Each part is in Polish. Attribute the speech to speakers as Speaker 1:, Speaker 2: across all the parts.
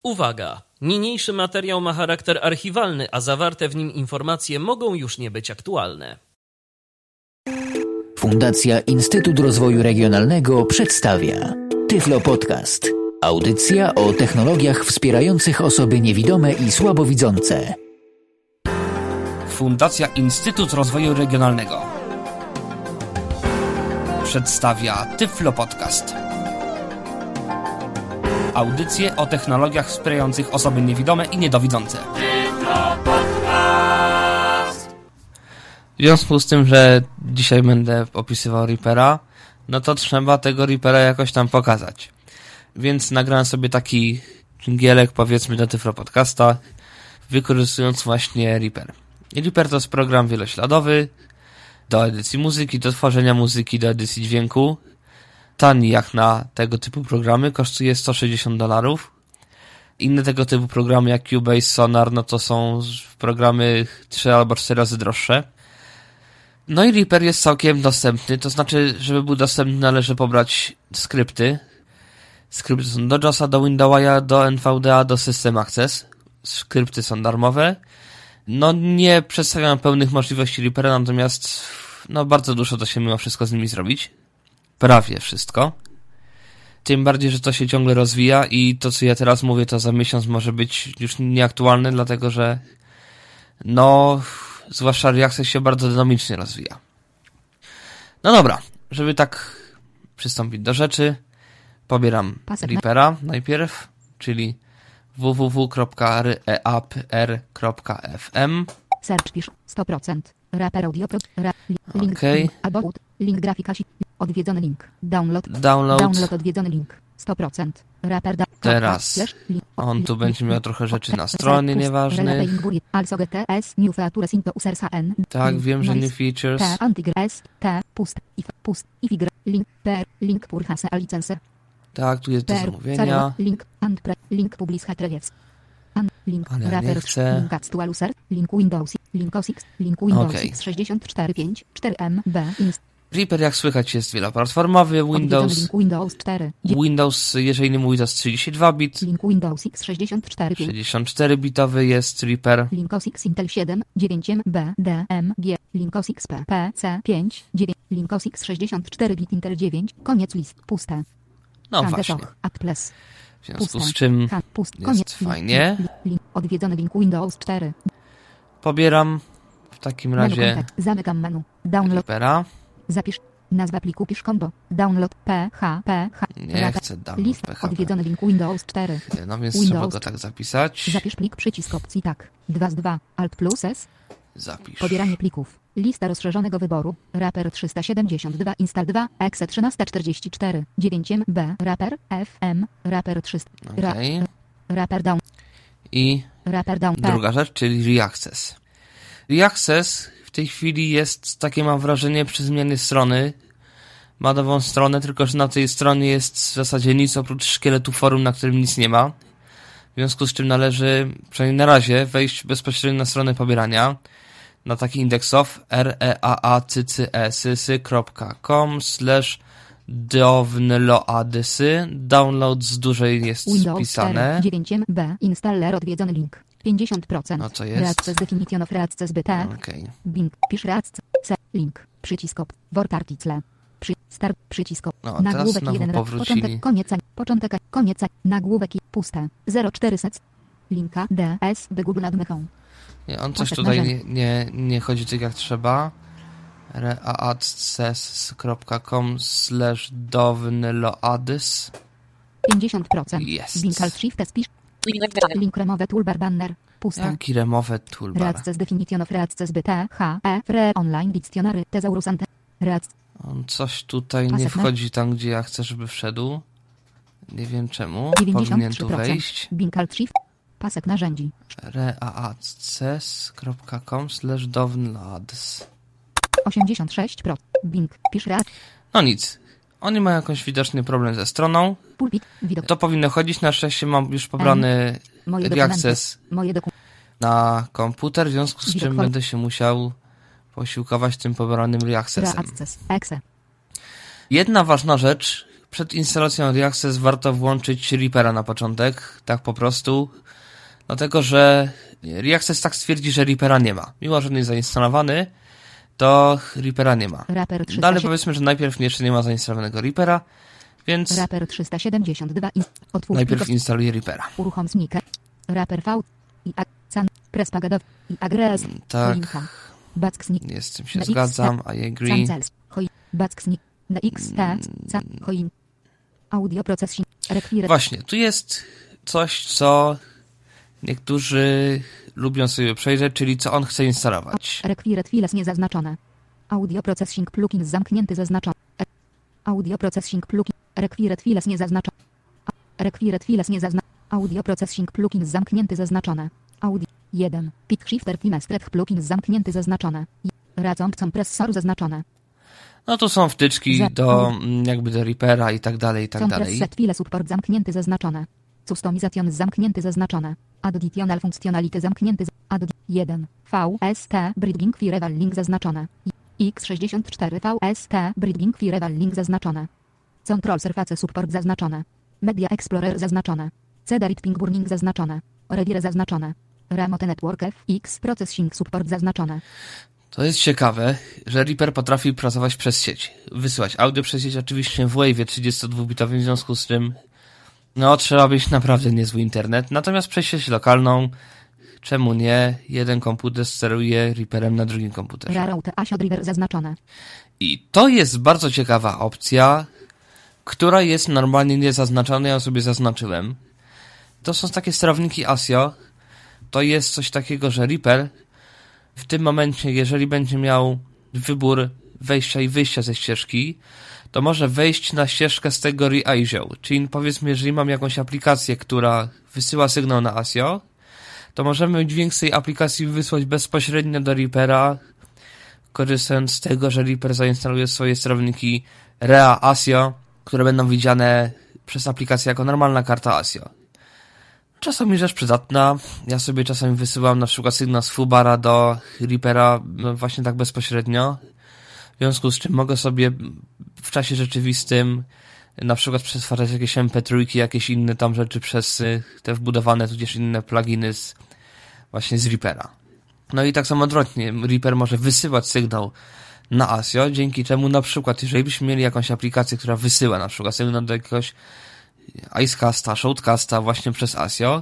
Speaker 1: Uwaga! Niniejszy materiał ma charakter archiwalny, a zawarte w nim informacje mogą już nie być aktualne.
Speaker 2: Fundacja Instytut Rozwoju Regionalnego przedstawia Tyflo Podcast. Audycja o technologiach wspierających osoby niewidome i słabowidzące.
Speaker 3: Fundacja Instytut Rozwoju Regionalnego przedstawia Tyflo Podcast. Audycje o technologiach wspierających osoby niewidome i niedowidzące. W związku z tym, że dzisiaj będę opisywał Reapera, no to trzeba tego Reapera jakoś tam pokazać. Więc nagrałem sobie taki dżingielek, powiedzmy, do Tyflo Podcasta, wykorzystując właśnie Reaper. I Reaper to jest program wielośladowy do edycji muzyki, do tworzenia muzyki, do edycji dźwięku. Tani jak na tego typu programy, kosztuje $160. Inne tego typu programy jak Cubase, Sonar, no to są programy 3 albo 4 razy droższe. No i Reaper jest całkiem dostępny, to znaczy, żeby był dostępny, należy pobrać skrypty. Skrypty są do JAWSa, do WinDAW'a, do NVDA, do System Access. Skrypty są darmowe. No nie przedstawiam pełnych możliwości Reapera, natomiast no bardzo dużo da się mimo wszystko z nimi zrobić. Prawie wszystko. Tym bardziej, że to się ciągle rozwija i to, co ja teraz mówię, to za miesiąc może być już nieaktualne, dlatego że no, zwłaszcza Reaccess się bardzo dynamicznie rozwija. No dobra, żeby tak przystąpić do rzeczy, pobieram Reapera najpierw, czyli www.reapr.fm.
Speaker 4: Search pisz 100%. Reaper audio. Link.
Speaker 3: Okay.
Speaker 4: About. Link grafika. Odwiedzony link. Download. Odwiedzony link. 100%. Reaper.
Speaker 3: Teraz on tu będzie miał trochę rzeczy na stronie nieważnych. Tak, wiem, że new features. Tak, tu jest do zamówienia. Ale ja nie chcę.
Speaker 4: Link Windows X 64.5 4MB.
Speaker 3: Reaper, jak słychać, jest wieloplatformowy. Windows, jeżeli nie mówi, to jest 32 bit.
Speaker 4: Link Windows X
Speaker 3: 64 bitowy jest Reaper.
Speaker 4: Linux X Intel 7 9MB DMG. Linux X PC 5 9. Linux X 64 bit Intel 9. Koniec list. Puste.
Speaker 3: No właśnie. W związku z czym jest fajnie.
Speaker 4: Odwiedzony link Windows 4.
Speaker 3: Pobieram w takim razie
Speaker 4: zamykam menu. Download.
Speaker 3: Reapera.
Speaker 4: Zapisz nazwę pliku, pisz combo. Download PHP.
Speaker 3: Nie chcę download
Speaker 4: list
Speaker 3: PHP.
Speaker 4: Odwiedzony link Windows 4.
Speaker 3: No więc
Speaker 4: Windows.
Speaker 3: trzeba go tak zapisać.
Speaker 4: Zapisz plik, przycisk opcji tak. 2 z 2. Alt plus S.
Speaker 3: Zapisz.
Speaker 4: Pobieranie plików. Lista rozszerzonego wyboru. Reaper 372 install 2 exe 1344 9MB Reaper FM Reaper 300
Speaker 3: Okay.
Speaker 4: Reaper down.
Speaker 3: I
Speaker 4: Reaper down.
Speaker 3: druga rzecz, czyli Reaccess. Reaccess w tej chwili jest, takie mam wrażenie, przy zmianie strony. Ma nową stronę, tylko że na tej stronie jest w zasadzie nic oprócz szkieletu forum, na którym nic nie ma. W związku z czym należy, przynajmniej na razie, wejść bezpośrednio na stronę pobierania. Na taki indeks of reaccess.com/downloadysy. Download z dużej jest wpisane.
Speaker 4: 9MB installer odwiedzony link. 50%.
Speaker 3: No co jest?
Speaker 4: Reaccess definition of Reaccess BT.
Speaker 3: Okay.
Speaker 4: Bing. Pisz Reaccess. Link. Przycisk op. Word article. Start. Przycisk op.
Speaker 3: No,
Speaker 4: nagłówek
Speaker 3: teraz
Speaker 4: 1.
Speaker 3: powrócili.
Speaker 4: Początek. Koniec. Nagłówek i puste. 0,400. Linka DS by Google Admechą.
Speaker 3: Nie, on coś tutaj nie chodzi tak jak trzeba. reaccess.com/downloadys.
Speaker 4: 50%.
Speaker 3: Jest.
Speaker 4: Link alt shift spisz. Link remove toolbar banner. Pusta.
Speaker 3: Jaki remove toolbar?
Speaker 4: Reaccess definition of Reaccess BT free online dictionary thesaurus ante.
Speaker 3: On coś tutaj nie wchodzi tam, gdzie ja chcę, żeby wszedł. Nie wiem czemu.
Speaker 4: 93%.
Speaker 3: Powinien tu wejść.
Speaker 4: Link alt shift. Pasek narzędzi.
Speaker 3: reaccess.com/downloads.
Speaker 4: 86%. Bing. Pisz
Speaker 3: No nic. Oni mają jakiś widoczny problem ze stroną.
Speaker 4: Pulpit. Widok.
Speaker 3: To powinno chodzić. Na szczęście mam już pobrany Reaccess na komputer, w związku z czym będę się musiał posiłkować tym pobranym Reaccessem. Jedna ważna rzecz przed instalacją Reaccess warto włączyć Reapera na początek, tak po prostu, dlatego że Reaccess tak stwierdzi, że Reapera nie ma. Mimo że on jest zainstalowany, to Reapera nie ma. Dalej powiedzmy, że najpierw jeszcze nie ma zainstalowanego Reapera, więc
Speaker 4: Rapper 372
Speaker 3: najpierw instaluję Reapera.
Speaker 4: Uruchom sneaker. Rapper V i Can Prespagadow i Agres.
Speaker 3: Tak,
Speaker 4: Backsnik.
Speaker 3: z tym się zgadzam, I agree.
Speaker 4: Backsnik. Na X Coin. Audio processing. Require.
Speaker 3: Właśnie, tu jest coś, co niektórzy lubią sobie przejrzeć, czyli co on chce instalować.
Speaker 4: Required files niezaznaczone. Audio processing plugin zamknięty zaznaczony. Audio processing plugin. Required files niezaznaczone. Required files niezaznaczone. Audio processing plugin zamknięty zaznaczone. Audio 1. Pitch shifter Finestret plugin zamknięty zaznaczone. Razor kompresor zaznaczone.
Speaker 3: No tu są wtyczki do Reapera i tak dalej, i tak dalej.
Speaker 4: Set file support zamknięty zaznaczone. Customization zamknięty zaznaczone. Additional functionality zamknięty. Add 1. VST Bridging Firewall link zaznaczone. X64 VST Bridging Firewall link zaznaczone. Control Surface Support zaznaczone. Media Explorer zaznaczone. CD Ping Burning zaznaczone. Revire zaznaczone. Remote Network FX Processing Support zaznaczone.
Speaker 3: To jest ciekawe, że Reaper potrafi pracować przez sieć. Wysyłać audio przez sieć, oczywiście w Wave'ie 32-bitowym, w związku z czym trzeba mieć naprawdę niezły internet. Natomiast przez sieć lokalną, czemu nie? Jeden komputer steruje Reaperem na drugim komputerze.
Speaker 4: Route ASIO Driver zaznaczone.
Speaker 3: I to jest bardzo ciekawa opcja, która jest normalnie niezaznaczona, ja sobie zaznaczyłem. To są takie sterowniki ASIO. To jest coś takiego, że Reaper w tym momencie, jeżeli będzie miał wybór wejścia i wyjścia ze ścieżki, to może wejść na ścieżkę z tego ReASIO. Czyli powiedzmy, jeżeli mam jakąś aplikację, która wysyła sygnał na ASIO, to możemy dźwięk z tej aplikacji wysłać bezpośrednio do Reapera, korzystając z tego, że Reaper zainstaluje swoje sterowniki ReASIO, które będą widziane przez aplikację jako normalna karta ASIO. Czasami rzecz przydatna. Ja sobie czasami wysyłam na przykład sygnał z Fubara do Reapera właśnie tak bezpośrednio. W związku z czym mogę sobie w czasie rzeczywistym na przykład przetwarzać jakieś MP3, jakieś inne tam rzeczy przez te wbudowane tudzież inne pluginy właśnie z Reapera. No i tak samo odwrotnie. Reaper może wysyłać sygnał na ASIO, dzięki czemu na przykład jeżeli byśmy mieli jakąś aplikację, która wysyła na przykład sygnał do jakiegoś Icecasta, Shoutcasta właśnie przez ASIO.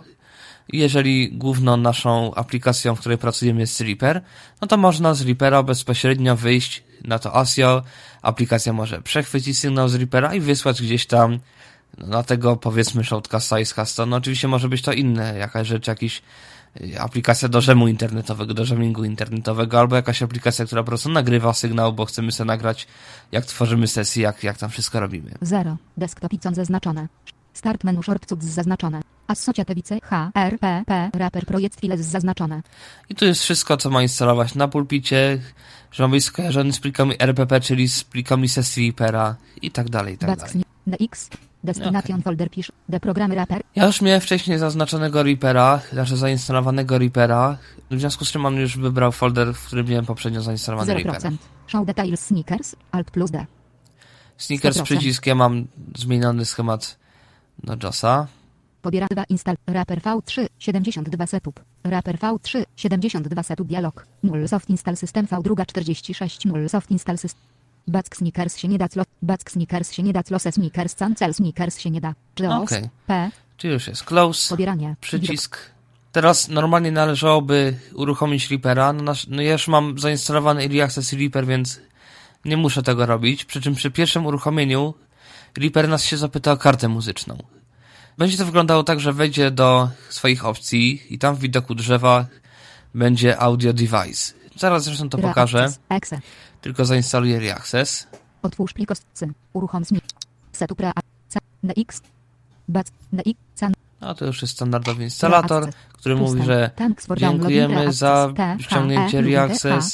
Speaker 3: Jeżeli główną naszą aplikacją, w której pracujemy jest Reaper, no to można z Reapera bezpośrednio wyjść na to ASIO. Aplikacja może przechwycić sygnał z Reapera i wysłać gdzieś tam na tego powiedzmy Shoutcasta, Icecasta. No oczywiście może być to inne, jakaś rzecz, jakiś aplikacja do REMu internetowego, do jamingu internetowego, albo jakaś aplikacja, która po prostu nagrywa sygnał, bo chcemy sobie nagrać, jak tworzymy sesję, jak tam wszystko robimy.
Speaker 4: 0. Desktop icon zaznaczone. Start menu shortcuts zaznaczone. Associatevice HRPP Rapper Projekt Files zaznaczone.
Speaker 3: I tu jest wszystko, co ma instalować na pulpicie, że ma być skojarzony z plikami RPP, czyli z plikami sesji Reapera i tak dalej, i tak dalej.
Speaker 4: DX Destination Folder Pisz The Programy Rapper.
Speaker 3: Ja już miałem wcześniej zaznaczonego Reapera, znaczy zainstalowanego Reapera, w związku z czym on już wybrał folder, w którym miałem poprzednio zainstalowany
Speaker 4: 0%.
Speaker 3: Reaper.
Speaker 4: Show Details Sneakers Alt plus D.
Speaker 3: Sneakers
Speaker 4: 100%.
Speaker 3: przycisk, ja mam zmieniony schemat do JOSa.
Speaker 4: Pobiera 2 install Rapper V3 72 setup. Rapper V3 72 setup dialog. Nullsoft install system V2 46 Nullsoft install system. Back Sneakers się nie da clos. Back Sneakers się nie da close Sneakers cancel Sneakers się nie da. JOS
Speaker 3: Okej.
Speaker 4: P.
Speaker 3: Czy już jest close,
Speaker 4: Pobieranie.
Speaker 3: przycisk. Teraz normalnie należałoby uruchomić Reapera. No ja już mam zainstalowany Reaccess Reaper, więc nie muszę tego robić. Przy czym przy pierwszym uruchomieniu Reaper nas się zapyta o kartę muzyczną. Będzie to wyglądało tak, że wejdzie do swoich opcji i tam w widoku drzewa będzie Audio Device. Zaraz zresztą to pokażę.
Speaker 4: Exe.
Speaker 3: Tylko zainstaluję Reaccess.
Speaker 4: Otwórz plik OSC. Uruchom Sneak. Setup na X. Back na X.
Speaker 3: No to już jest standardowy instalator, który mówi, że dziękujemy za ściągnięcie Reaccess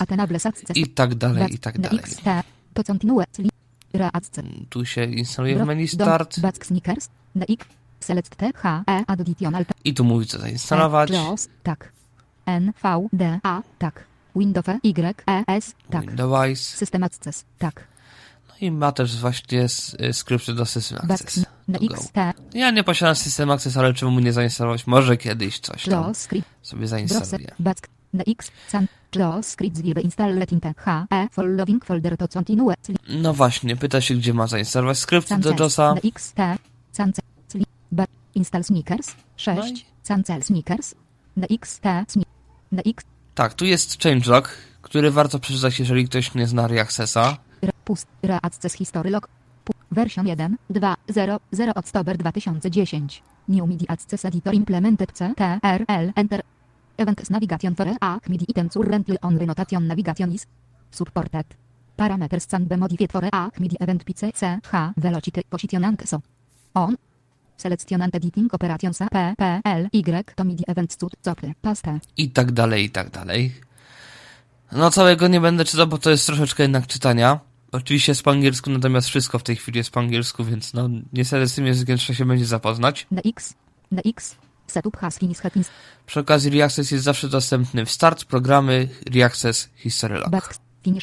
Speaker 3: i tak dalej, i tak dalej.
Speaker 4: To continue.
Speaker 3: Tu się instaluje w menu Start
Speaker 4: Back Sneakers na X. Select TH additional.
Speaker 3: i tu mówi co zainstalować.
Speaker 4: Tak. NVDA tak. Windows Y S tak.
Speaker 3: Device.
Speaker 4: System Access tak.
Speaker 3: No I ma też właśnie skrypty do System Access.
Speaker 4: XT.
Speaker 3: Ja nie posiadam System Access, ale czemu nie zainstalować? Może kiedyś coś tam sobie zainstaluję. No właśnie, pyta się, gdzie ma zainstalować skrypty do JOSa.
Speaker 4: Install Snickers 6. Cancel Snickers.
Speaker 3: Tak, tu jest changelog, który warto przeczytać, jeżeli ktoś nie zna Reaccessa.
Speaker 4: Reaccess History Log. Version 1.2.0.0 October 2010. New Media Access Editor Implemented CTRL Enter. Events Navigation for React MIDI Item Currently Only Notation Navigation is Supported. Parameters can be modified for React MIDI Event PCCH Velocity Positionante So On. Seleccionant Editing Operations PPLY to MIDI Event Stud Copy Paste.
Speaker 3: I tak dalej, i tak dalej. No całego nie będę czytał, bo to jest troszeczkę jednak czytania. Oczywiście jest po angielsku, natomiast wszystko w tej chwili jest po angielsku, więc no niestety z tym językiem trzeba się będzie zapoznać.
Speaker 4: DX Setup has finished.
Speaker 3: Przy okazji Reaccess jest zawsze dostępny w start, programy, Reaccess, History Log.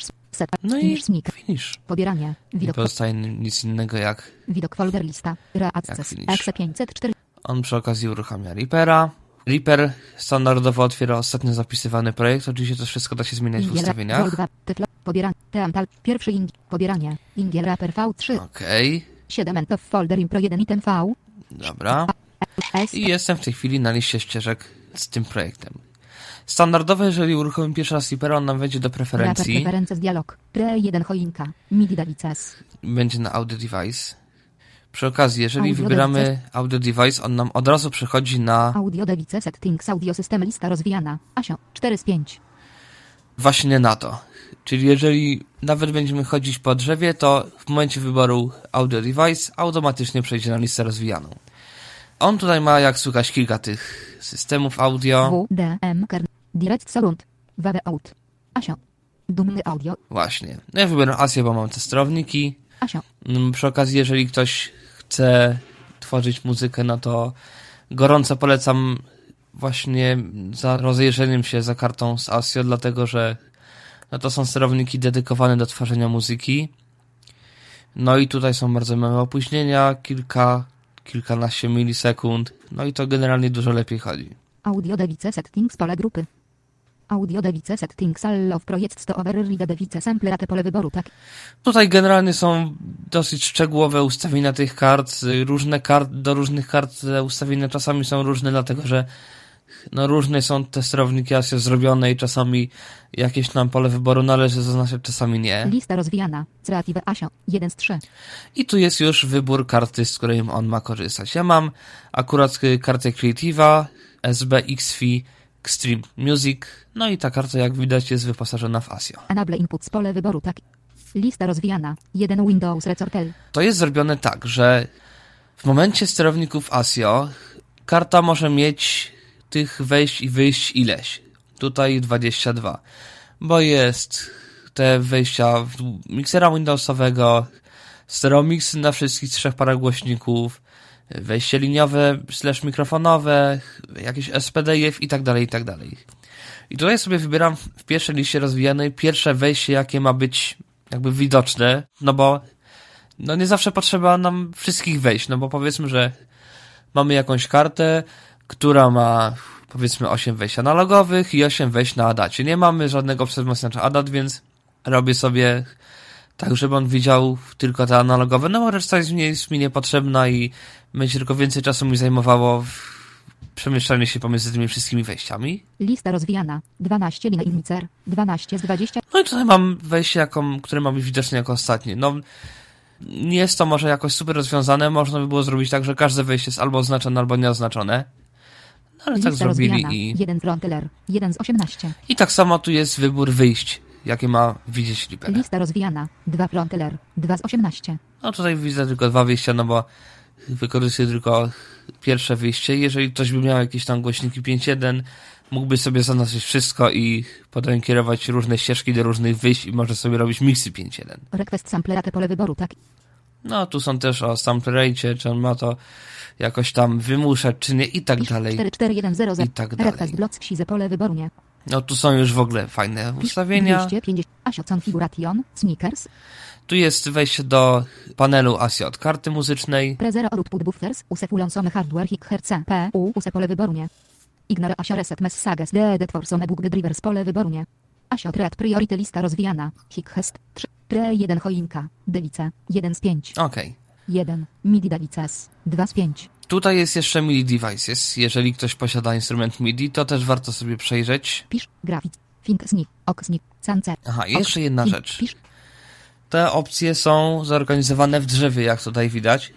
Speaker 3: No i finish.
Speaker 4: Pobieranie.
Speaker 3: Nie pozostaje nic innego jak
Speaker 4: widok folder lista. Reaccess. EXE504.
Speaker 3: On przy okazji uruchamia Reapera. Reaper standardowo otwiera ostatnio zapisywany projekt. Oczywiście to wszystko da się zmieniać w ustawieniach.
Speaker 4: Pobieranie. Pierwszy pobieranie. Ingiel Reaper V3.
Speaker 3: Okej.
Speaker 4: 7 of folder impro 1 item V.
Speaker 3: Dobra. I jestem w tej chwili na liście ścieżek z tym projektem. Standardowo, jeżeli uruchomimy pierwszy raz Reapera, on nam wejdzie do preferencji.
Speaker 4: Preferences dialog. Pre 1 choinka. MIDI devices.
Speaker 3: Będzie na Audio Device. Przy okazji, jeżeli wybieramy Audio Device, on nam od razu przechodzi na
Speaker 4: Audio Device Settings, Audio System, lista rozwijana. ASIO 4 z 5.
Speaker 3: Właśnie na to. Czyli jeżeli nawet będziemy chodzić po drzewie, to w momencie wyboru Audio Device automatycznie przejdzie na listę rozwijaną. On tutaj ma, jak słychać, kilka tych systemów audio.
Speaker 4: WDM, Direct Sound, Wave Out, ASIO, Dumny Audio.
Speaker 3: Właśnie. Ja wybieram ASIO, bo mam te sterowniki.
Speaker 4: ASIO.
Speaker 3: Przy okazji, jeżeli ktoś chce tworzyć muzykę, no to gorąco polecam właśnie za rozejrzeniem się za kartą z ASIO, dlatego że no to są sterowniki dedykowane do tworzenia muzyki. No i tutaj są bardzo małe opóźnienia, kilkanaście milisekund, no i to generalnie dużo lepiej chodzi.
Speaker 4: Audio Device Settings, pole grupy. Audio Device Settings, Allow Project to Override Device Sample, a te pole wyboru, tak?
Speaker 3: Tutaj generalnie są dosyć szczegółowe ustawienia tych kart, do różnych kart te ustawienia czasami są różne, dlatego że no różne są te sterowniki ASIO zrobione i czasami jakieś nam pole wyboru należy zaznaczyć, czasami nie.
Speaker 4: Lista rozwijana. Creative ASIO 1 z 3.
Speaker 3: I tu jest już wybór karty, z której on ma korzystać. Ja mam akurat kartę Creative'a, SB XFi Extreme Music, no i ta karta, jak widać, jest wyposażona w ASIO.
Speaker 4: Enable Inputs, pole wyboru, tak. Lista rozwijana. 1 Windows Resortel.
Speaker 3: To jest zrobione tak, że w momencie sterowników ASIO karta może mieć tych wejść i wyjść ileś. Tutaj 22. Bo jest te wejścia miksera Windowsowego, steromix na wszystkich 3 parach głośników, wejście liniowe / mikrofonowe, jakieś SPDIF i tak dalej, i tak dalej. I tutaj sobie wybieram w pierwszej liście rozwijanej pierwsze wejście, jakie ma być jakby widoczne, no bo no nie zawsze potrzeba nam wszystkich wejść, no bo powiedzmy, że mamy jakąś kartę, która ma powiedzmy 8 wejść analogowych i 8 wejść na ADAT-cie. Nie mamy żadnego wzmacniacza ADAT, więc robię sobie tak, żeby on widział tylko te analogowe, no bo reszta jest mi niepotrzebna i będzie tylko więcej czasu mi zajmowało przemieszczanie się pomiędzy tymi wszystkimi wejściami.
Speaker 4: Lista rozwijana. 12 linii incer. 12 z 20.
Speaker 3: No i tutaj mam wejście, które ma być widoczne jako ostatnie. No, nie jest to może jakoś super rozwiązane. Można by było zrobić tak, że każde wejście jest albo oznaczone, albo nieoznaczone. No, ale
Speaker 4: lista
Speaker 3: tak zrobili
Speaker 4: rozwijana.
Speaker 3: i
Speaker 4: 1 fronteler. 1 z 18.
Speaker 3: I tak samo tu jest wybór wyjść, jakie ma widzieć Reaper.
Speaker 4: Lista rozwijana. 2 fronteler. 2 z 18.
Speaker 3: No tutaj widzę tylko 2 wyjścia, no bo wykorzystuję tylko pierwsze wyjście. Jeżeli ktoś by miał jakieś tam głośniki 5.1, mógłby sobie zaznaczyć wszystko i potem kierować różne ścieżki do różnych wyjść i może sobie robić mixy 5.1.
Speaker 4: Request sampler, te pole wyboru, tak?
Speaker 3: No tu są też o sample rate, czy on ma to jakoś tam wymuszać, czy nie i tak dalej.
Speaker 4: 44100.
Speaker 3: I tak dalej.
Speaker 4: Request blocks, pole wyboru, nie.
Speaker 3: No tu są już w ogóle fajne ustawienia.
Speaker 4: 250 ASIO Configuration, Sneakers,
Speaker 3: Tu jest wejście do panelu ASIO od karty muzycznej.
Speaker 4: Prezero Output Buffers, Use Fulonsome Hardware Hick Herc P, U, Use pole wyboru nie. Ignore ASIO Reset Messages DED Forsome Bug Drivers pole wyboru nie. ASIO Thread Priority lista rozwijana, Hick Hest 3, Tre 1 choinka, Delice 1 z 5.
Speaker 3: Okej.
Speaker 4: 1, MIDI Delices 2 z 5.
Speaker 3: Tutaj jest jeszcze MIDI Devices. Jeżeli ktoś posiada instrument MIDI, to też warto sobie przejrzeć.
Speaker 4: Pisz, grafik, Fink Snik, Ok Snik, Cance.
Speaker 3: Aha, i jeszcze jedna
Speaker 4: Fink,
Speaker 3: rzecz.
Speaker 4: Pisz,
Speaker 3: Te opcje są zorganizowane w drzewie, jak tutaj widać.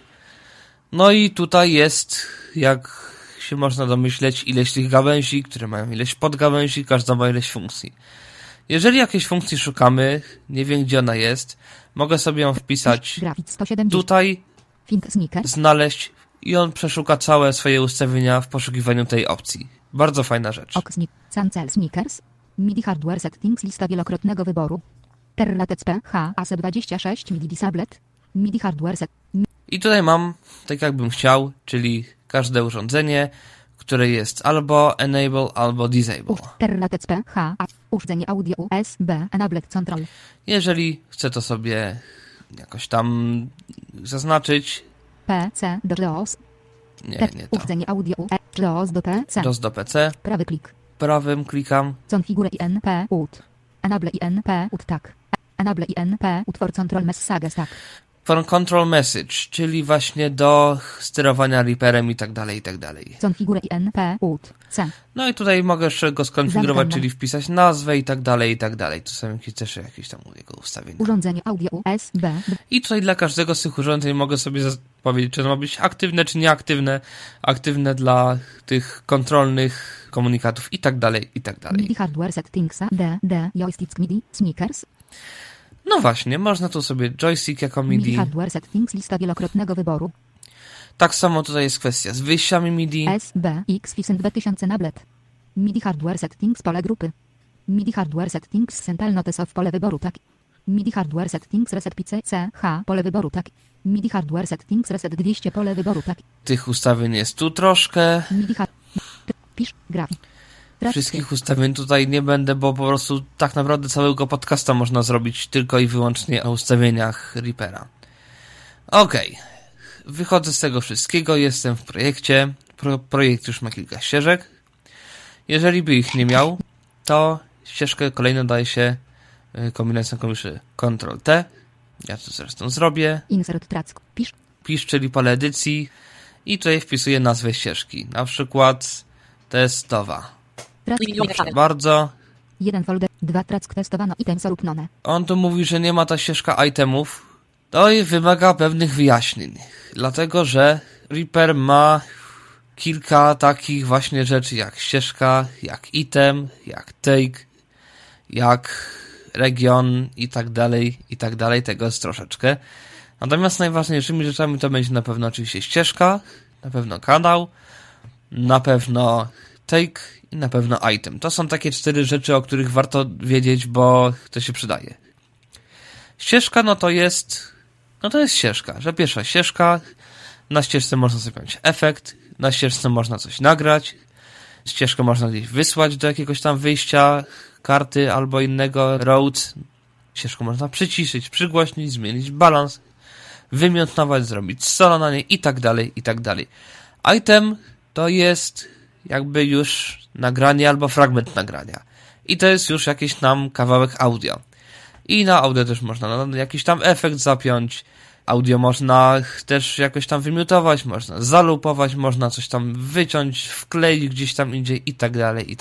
Speaker 3: No i tutaj jest, jak się można domyśleć, ileś tych gałęzi, które mają ileś podgałęzi, każda ma ileś funkcji. Jeżeli jakiejś funkcji szukamy, nie wiem gdzie ona jest, mogę sobie ją wpisać
Speaker 4: grafik 170.
Speaker 3: tutaj,
Speaker 4: Fink Snickers,
Speaker 3: znaleźć i on przeszuka całe swoje ustawienia w poszukiwaniu tej opcji. Bardzo fajna rzecz.
Speaker 4: Ok Snik, Cancel Snickers, MIDI Hardware Settings lista wielokrotnego wyboru. Terratec H AC26 MIDI Disablet, MIDI Hardware Set.
Speaker 3: I tutaj mam, tak jakbym chciał, czyli każde urządzenie, które jest albo enable, albo disable.
Speaker 4: Terratec H A urządzenie audio USB Enabled Control.
Speaker 3: Jeżeli chcę to sobie jakoś tam zaznaczyć,
Speaker 4: PC do JAWS.
Speaker 3: nie to.
Speaker 4: Urządzenie audio JAWS do PC.
Speaker 3: JAWS do PC,
Speaker 4: Prawy klik.
Speaker 3: prawym klikam,
Speaker 4: Configure INP UT. Enable INP UT tak. Enable INP UT for control messages tak.
Speaker 3: for control message, czyli właśnie do sterowania Reaperem i tak dalej, i tak dalej.
Speaker 4: Configure INP UT C.
Speaker 3: No i tutaj mogę jeszcze go skonfigurować,
Speaker 4: Zamknę.
Speaker 3: czyli wpisać nazwę i tak dalej, i tak dalej. Tu są też jakieś tam jego ustawienia.
Speaker 4: Urządzenie audio USB.
Speaker 3: I tutaj dla każdego z tych urządzeń mogę sobie powiedzieć, czy ono ma być aktywne, czy nieaktywne. Aktywne dla tych kontrolnych komunikatów i tak dalej, i tak dalej.
Speaker 4: MIDI Hardware Settings D Joystick MIDI Sneakers.
Speaker 3: No właśnie, można tu sobie joystick jako
Speaker 4: MIDI
Speaker 3: MIDI.
Speaker 4: Hardware Settings lista wielokrotnego wyboru.
Speaker 3: Tak samo tutaj jest kwestia z wyjściami MIDI.
Speaker 4: SB X Fisent 2000 Nablet. MIDI Hardware Settings pole grupy. MIDI Hardware Settings Central Notes of pole wyboru tak. MIDI Hardware Settings Reset PC CH pole wyboru tak. MIDI Hardware Settings Reset 200 pole wyboru tak.
Speaker 3: Tych ustawień jest tu troszkę.
Speaker 4: MIDI Pisz grafik.
Speaker 3: Wszystkich ustawień tutaj nie będę, bo po prostu tak naprawdę całego podcasta można zrobić tylko i wyłącznie o ustawieniach Reapera. Okej. Wychodzę z tego wszystkiego, jestem w projekcie. Projekt już ma kilka ścieżek. Jeżeli by ich nie miał, to ścieżkę kolejną daje się kombinacją klawiszy Ctrl-T. Ja to zresztą zrobię.
Speaker 4: Insert track.
Speaker 3: Pisz, czyli pole edycji i tutaj wpisuję nazwę ścieżki. Na przykład testowa. Proszę bardzo.
Speaker 4: 1 folder, 2 track testowano items orupnone.
Speaker 3: On tu mówi, że nie ma ta ścieżka itemów. To i wymaga pewnych wyjaśnień. Dlatego, że Reaper ma kilka takich właśnie rzeczy jak ścieżka, jak item, jak take, jak region i tak dalej. Tego jest troszeczkę. Natomiast najważniejszymi rzeczami to będzie na pewno oczywiście ścieżka, na pewno kanał, na pewno take i na pewno item. To są takie 4 rzeczy, o których warto wiedzieć, bo to się przydaje. Ścieżka, no to jest ścieżka, że pierwsza ścieżka, na ścieżce można sobie mieć efekt, na ścieżce można coś nagrać, ścieżkę można gdzieś wysłać do jakiegoś tam wyjścia, karty albo innego road, ścieżkę można przyciszyć, przygłośnić, zmienić balans, wymiątnować, zrobić solo na niej i tak dalej. Item to jest jakby już nagranie albo fragment nagrania. I to jest już jakiś tam kawałek audio. I na audio też można jakiś tam efekt zapiąć. Audio można też jakoś tam wymiutować, można zalupować, można coś tam wyciąć, wkleić gdzieś tam indziej i tak dalej.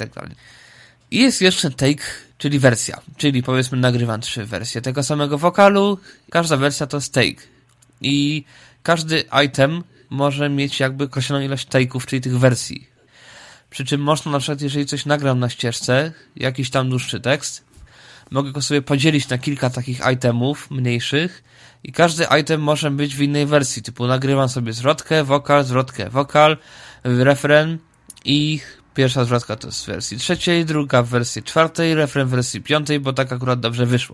Speaker 3: I jest jeszcze take, czyli wersja. Czyli powiedzmy nagrywam 3 wersje tego samego wokalu. Każda wersja to jest take. I każdy item może mieć jakby określoną ilość take'ów, czyli tych wersji. Przy czym można na przykład, jeżeli coś nagram na ścieżce, jakiś tam dłuższy tekst, mogę go sobie podzielić na kilka takich itemów mniejszych i każdy item może być w innej wersji, typu nagrywam sobie zwrotkę, wokal, refren i pierwsza zwrotka to jest w wersji 3, druga w wersji 4, refren w wersji 5, bo tak akurat dobrze wyszło.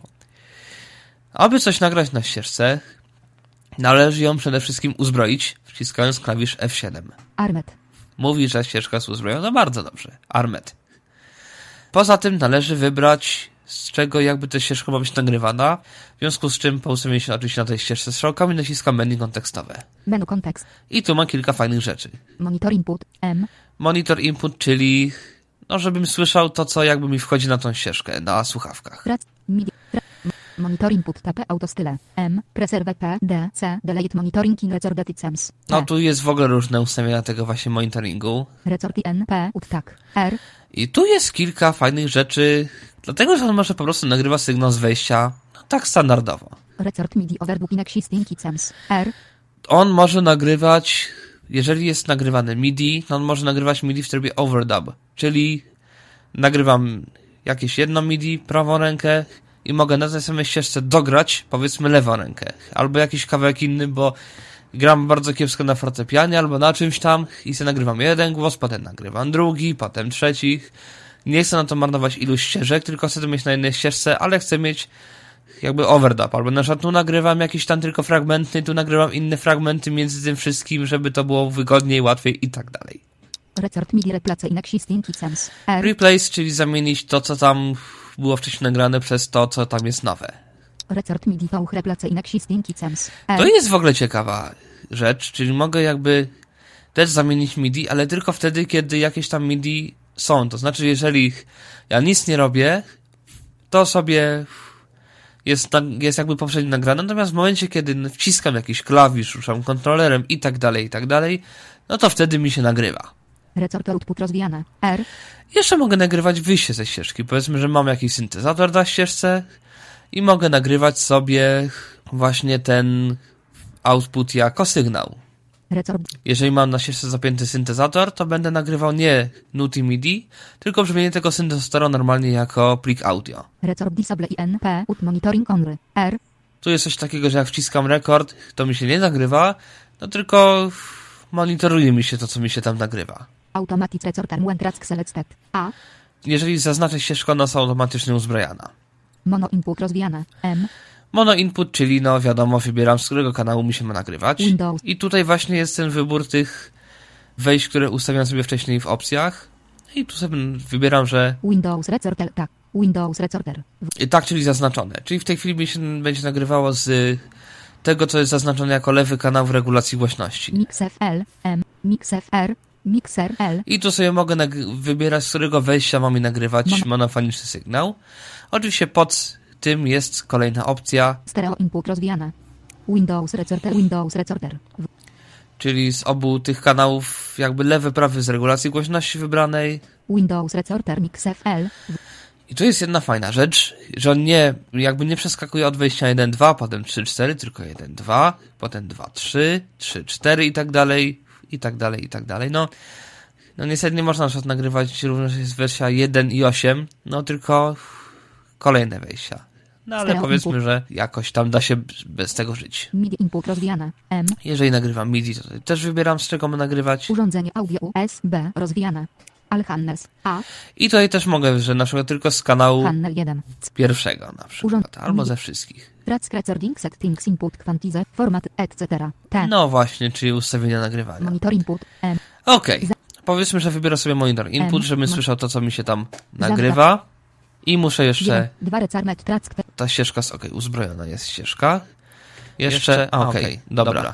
Speaker 3: Aby coś nagrać na ścieżce, należy ją przede wszystkim uzbroić, wciskając klawisz F7.
Speaker 4: Armet.
Speaker 3: Mówi, że ścieżka jest uzbrojona bardzo dobrze. Armet. Poza tym należy wybrać, z czego jakby ta ścieżka ma być nagrywana, w związku z czym po ustawieniu się oczywiście na tej ścieżce strzałkami naciskam menu kontekstowe.
Speaker 4: Menu kontekst.
Speaker 3: I tu mam kilka fajnych rzeczy.
Speaker 4: Monitor input. M.
Speaker 3: Monitor input, czyli żebym słyszał to, co jakby mi wchodzi na tą ścieżkę na słuchawkach.
Speaker 4: MIDI. Monitor input TP autostyle. M. Preserve P. D. C. Delete monitoring in recorded items.
Speaker 3: No tu jest w ogóle różne ustawienia tego właśnie monitoringu.
Speaker 4: Record N. P. Tak. R.
Speaker 3: I tu jest kilka fajnych rzeczy, dlatego że on może po prostu nagrywa sygnał z wejścia tak standardowo.
Speaker 4: Record MIDI overbook in existing items. R.
Speaker 3: On może nagrywać, jeżeli jest nagrywany MIDI, to on może nagrywać MIDI w trybie overdub, czyli nagrywam jakieś jedno MIDI, prawą rękę i mogę na tej samej ścieżce dograć, powiedzmy, lewą rękę, albo jakiś kawałek inny, bo gram bardzo kiepsko na fortepianie, albo na czymś tam i sobie nagrywam jeden głos, potem nagrywam drugi, potem trzeci. Nie chcę na to marnować iluś ścieżek, tylko chcę to mieć na jednej ścieżce, ale chcę mieć jakby overdub, albo na przykład tu nagrywam jakieś tam tylko fragmenty, tu nagrywam inne fragmenty między tym wszystkim, żeby to było wygodniej, łatwiej i tak dalej.
Speaker 4: Record MIDI replace in existing items. R.
Speaker 3: Replace, czyli zamienić to, co tam było wcześniej nagrane przez to, co tam jest nowe.
Speaker 4: Record MIDI to replace in existing items. R.
Speaker 3: To jest w ogóle ciekawa rzecz, czyli mogę jakby też zamienić MIDI, ale tylko wtedy, kiedy jakieś tam MIDI są. To znaczy, jeżeli ja nic nie robię, to sobie jest jakby poprzednio nagrane, natomiast w momencie, kiedy wciskam jakiś klawisz, ruszam kontrolerem i tak dalej, no to wtedy mi się nagrywa.
Speaker 4: Record output rozwijane. R.
Speaker 3: Jeszcze mogę nagrywać wyjście ze ścieżki. Powiedzmy, że mam jakiś syntezator na ścieżce i mogę nagrywać sobie właśnie ten output jako sygnał.
Speaker 4: Record.
Speaker 3: Jeżeli mam na ścieżce zapięty syntezator, to będę nagrywał nie nut i MIDI, tylko brzmienie tego syntezatora normalnie jako plik audio.
Speaker 4: Record disable INP ut monitoring only. R.
Speaker 3: Tu jest coś takiego, że jak wciskam rekord, to mi się nie nagrywa, no tylko monitoruje mi się to, co mi się tam nagrywa.
Speaker 4: Automatic record when track selected. A.
Speaker 3: Jeżeli zaznaczę ścieżkę, ona jest automatycznie uzbrojana.
Speaker 4: Mono input rozwijane. M.
Speaker 3: Mono input, czyli no wiadomo, wybieram, z którego kanału mi się ma nagrywać.
Speaker 4: Windows.
Speaker 3: I tutaj właśnie jest ten wybór tych wejść, które ustawiam sobie wcześniej w opcjach. I tu sobie wybieram, że
Speaker 4: Windows recorder. Tak. Windows recorder.
Speaker 3: tak, czyli zaznaczone. Czyli w tej chwili mi się będzie nagrywało z tego, co jest zaznaczone jako lewy kanał w regulacji głośności.
Speaker 4: Mix FL. M. Mix FR. Mixer L.
Speaker 3: I tu sobie mogę wybierać, z którego wejścia mam mi nagrywać monofoniczny sygnał. Oczywiście pod tym jest kolejna opcja.
Speaker 4: Stereo input rozwijane. Windows recorder. Windows recorder.
Speaker 3: Czyli z obu tych kanałów jakby lewy, prawy z regulacji głośności wybranej.
Speaker 4: Windows recorder Mix FL.
Speaker 3: I tu jest jedna fajna rzecz, że on nie przeskakuje od wejścia 1.2, potem 3.4, tylko 1.2, potem 2.3, 3.4 i tak dalej, i tak dalej, i tak dalej. No niestety nie można na przykład nagrywać również jest wersja 1 i 8, no tylko kolejne wejścia. No ale
Speaker 4: Stereo
Speaker 3: powiedzmy,
Speaker 4: input.
Speaker 3: że jakoś tam da się bez tego żyć.
Speaker 4: MIDI input rozwijane. M.
Speaker 3: Jeżeli nagrywam MIDI, to też wybieram, z czego mam nagrywać.
Speaker 4: Urządzenie audio USB rozwijane. Alhannes A.
Speaker 3: I tutaj też mogę, że na przykład tylko z kanału
Speaker 4: Hannel 1.
Speaker 3: pierwszego na przykład, albo
Speaker 4: MIDI.
Speaker 3: ze wszystkich.
Speaker 4: Track recording settings input quantize format etc. T.
Speaker 3: No właśnie, czyli ustawienia nagrywania.
Speaker 4: Monitor input M.
Speaker 3: Okej. Powiedzmy, że wybiorę sobie monitor input, żebym słyszał to, co mi się tam nagrywa. I muszę jeszcze...
Speaker 4: 2 recarmet track.
Speaker 3: Ta ścieżka jest uzbrojona jest ścieżka. Jeszcze... Okej, dobra.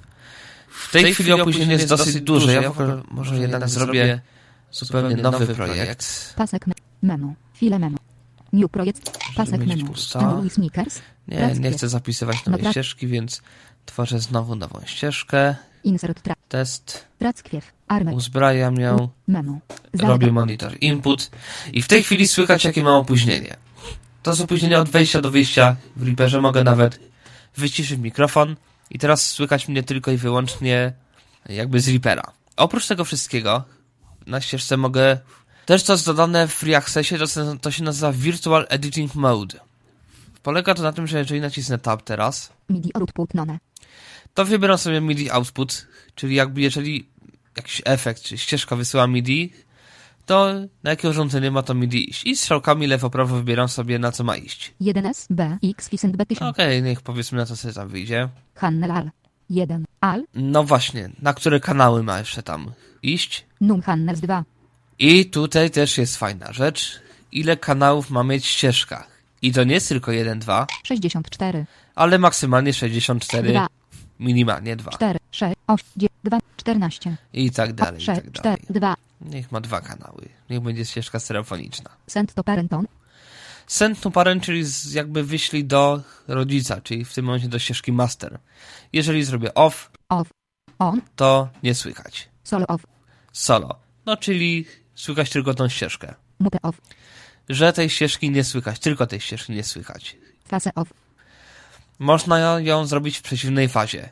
Speaker 3: W tej chwili opóźnienie jest dosyć duże. Ja w ogóle może jednak zrobię zupełnie nowy projekt.
Speaker 4: Pasek menu. File menu. New projekt. Pasek
Speaker 3: mieć
Speaker 4: menu.
Speaker 3: pusto.
Speaker 4: Louis Snickers.
Speaker 3: Nie chcę zapisywać nowej ścieżki, więc tworzę znowu nową ścieżkę.
Speaker 4: Insert track.
Speaker 3: Test.
Speaker 4: Trackwiew. Armet.
Speaker 3: Uzbrajam ją.
Speaker 4: Menu.
Speaker 3: Robię monitor input. I w tej chwili słychać, jakie mam opóźnienie. To jest opóźnienie od wejścia do wyjścia. W Reaperze mogę nawet wyciszyć mikrofon. I teraz słychać mnie tylko i wyłącznie jakby z Reapera. Oprócz tego wszystkiego na ścieżce mogę... Też co jest dodane w Free Accessie, to się nazywa Virtual Editing Mode. Polega to na tym, że jeżeli nacisnę Tab teraz,
Speaker 4: MIDI output none.
Speaker 3: to wybieram sobie MIDI output, czyli jakby jeżeli jakiś efekt, czy ścieżka wysyła MIDI, to na jakie urządzenie ma to MIDI iść. I strzałkami lewo-prawo wybieram sobie, na co ma iść.
Speaker 4: 1S B X Ficent B1000.
Speaker 3: Okej, niech powiedzmy, na co sobie tam wyjdzie.
Speaker 4: Hannel Al. 1 Al.
Speaker 3: No właśnie, na które kanały ma jeszcze tam iść.
Speaker 4: Num Hannels 2.
Speaker 3: I tutaj też jest fajna rzecz. ile kanałów ma mieć ścieżka. I to nie jest tylko 1, 2,
Speaker 4: 64,
Speaker 3: ale maksymalnie 64,
Speaker 4: 2,
Speaker 3: minimalnie 2.
Speaker 4: 4, 6, 8, 9, 2, 14,
Speaker 3: I tak dalej, i
Speaker 4: 6,
Speaker 3: tak
Speaker 4: 4,
Speaker 3: dalej.
Speaker 4: 2.
Speaker 3: Niech ma 2 kanały. Niech będzie ścieżka stereofoniczna.
Speaker 4: Send to parent on.
Speaker 3: Send to parent, czyli jakby wyślij do rodzica, czyli w tym momencie do ścieżki master. Jeżeli zrobię off,
Speaker 4: On.
Speaker 3: to nie słychać.
Speaker 4: Solo off.
Speaker 3: Solo. No, czyli słychać tylko tą ścieżkę.
Speaker 4: Mute off.
Speaker 3: Że tej ścieżki nie słychać, tylko tej ścieżki nie słychać.
Speaker 4: Phase off.
Speaker 3: Można ją zrobić w przeciwnej fazie.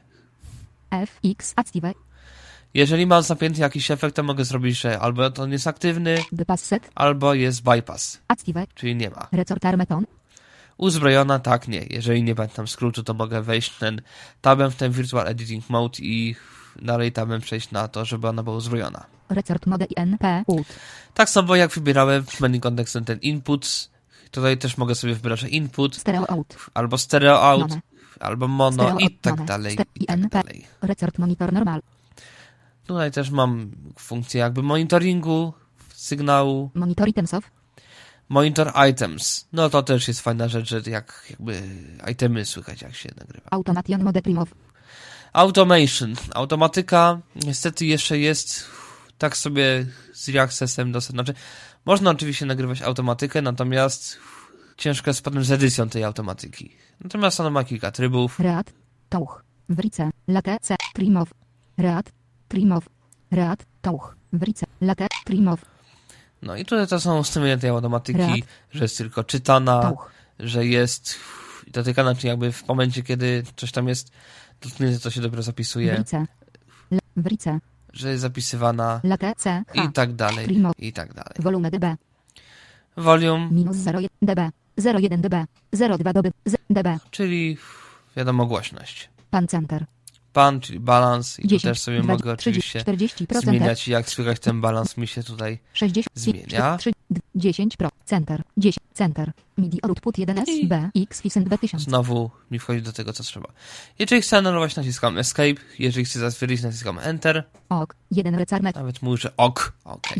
Speaker 4: FX active.
Speaker 3: Jeżeli mam zapięty jakiś efekt, to mogę zrobić, że albo to jest aktywny,
Speaker 4: Bypass set.
Speaker 3: albo jest bypass,
Speaker 4: Active.
Speaker 3: czyli nie ma.
Speaker 4: Resort armeton.
Speaker 3: Uzbrojona, tak, nie. Jeżeli nie pamiętam skrótu, to mogę wejść tabem w ten Virtual Editing Mode i dalej tabem przejść na to, żeby ona była uzbrojona.
Speaker 4: Resort mode INP. Ut.
Speaker 3: Tak samo jak wybierałem w menu kontekstowym ten input, tutaj też mogę sobie wybierać, że input,
Speaker 4: Stereo out.
Speaker 3: albo stereo out,
Speaker 4: Mono.
Speaker 3: albo mono
Speaker 4: Stereo
Speaker 3: i
Speaker 4: out,
Speaker 3: tak
Speaker 4: mono.
Speaker 3: dalej, i
Speaker 4: INP.
Speaker 3: tak dalej.
Speaker 4: Resort monitor normal.
Speaker 3: Tutaj też mam funkcję jakby monitoringu, sygnału,
Speaker 4: Monitor items off.
Speaker 3: monitor items. No to też jest fajna rzecz, że jakby itemy słychać jak się nagrywa.
Speaker 4: Automation mode trim off.
Speaker 3: Automation. Automatyka niestety jeszcze jest tak sobie z reaccessem dostępna. Znaczy, można oczywiście nagrywać automatykę, natomiast ciężko jest potem z edycją tej automatyki. Natomiast ona ma kilka trybów.
Speaker 4: Read. Touch. Wrice. Latece. Trim off. Read. Trim off. Read. Touch. Wrice. Late. Trim off.
Speaker 3: No i tutaj to są ustawienia tej automatyki,
Speaker 4: Read.
Speaker 3: że jest tylko czytana,
Speaker 4: Touch.
Speaker 3: że jest dotykana, czyli jakby w momencie, kiedy coś tam jest dotknięte, to się dopiero zapisuje,
Speaker 4: Wrice. Wrice.
Speaker 3: że jest zapisywana
Speaker 4: Latece.
Speaker 3: i tak dalej,
Speaker 4: Trim off.
Speaker 3: i tak dalej.
Speaker 4: Volume dB.
Speaker 3: Volume,
Speaker 4: Minus 0,1 dB. 0,1 dB. 0,2 dB. dB.
Speaker 3: czyli wiadomo głośność.
Speaker 4: Pan center.
Speaker 3: Pan, czyli balans i tu
Speaker 4: 10,
Speaker 3: też sobie
Speaker 4: 20,
Speaker 3: mogę oczywiście
Speaker 4: 40%.
Speaker 3: zmieniać, jak słychać ten balans mi się tutaj
Speaker 4: 60,
Speaker 3: zmienia.
Speaker 4: 10 Pro, Center, 10, Center, MIDI output 1S, B, X, Fisend B1000.
Speaker 3: Znowu mi wchodzi do tego, co trzeba. Jeżeli chcę anulować, naciskam Escape. Jeżeli chcę zatwierdzić, naciskam Enter.
Speaker 4: Ok, 1 recarmet,
Speaker 3: Nawet mówię, że OK. OK.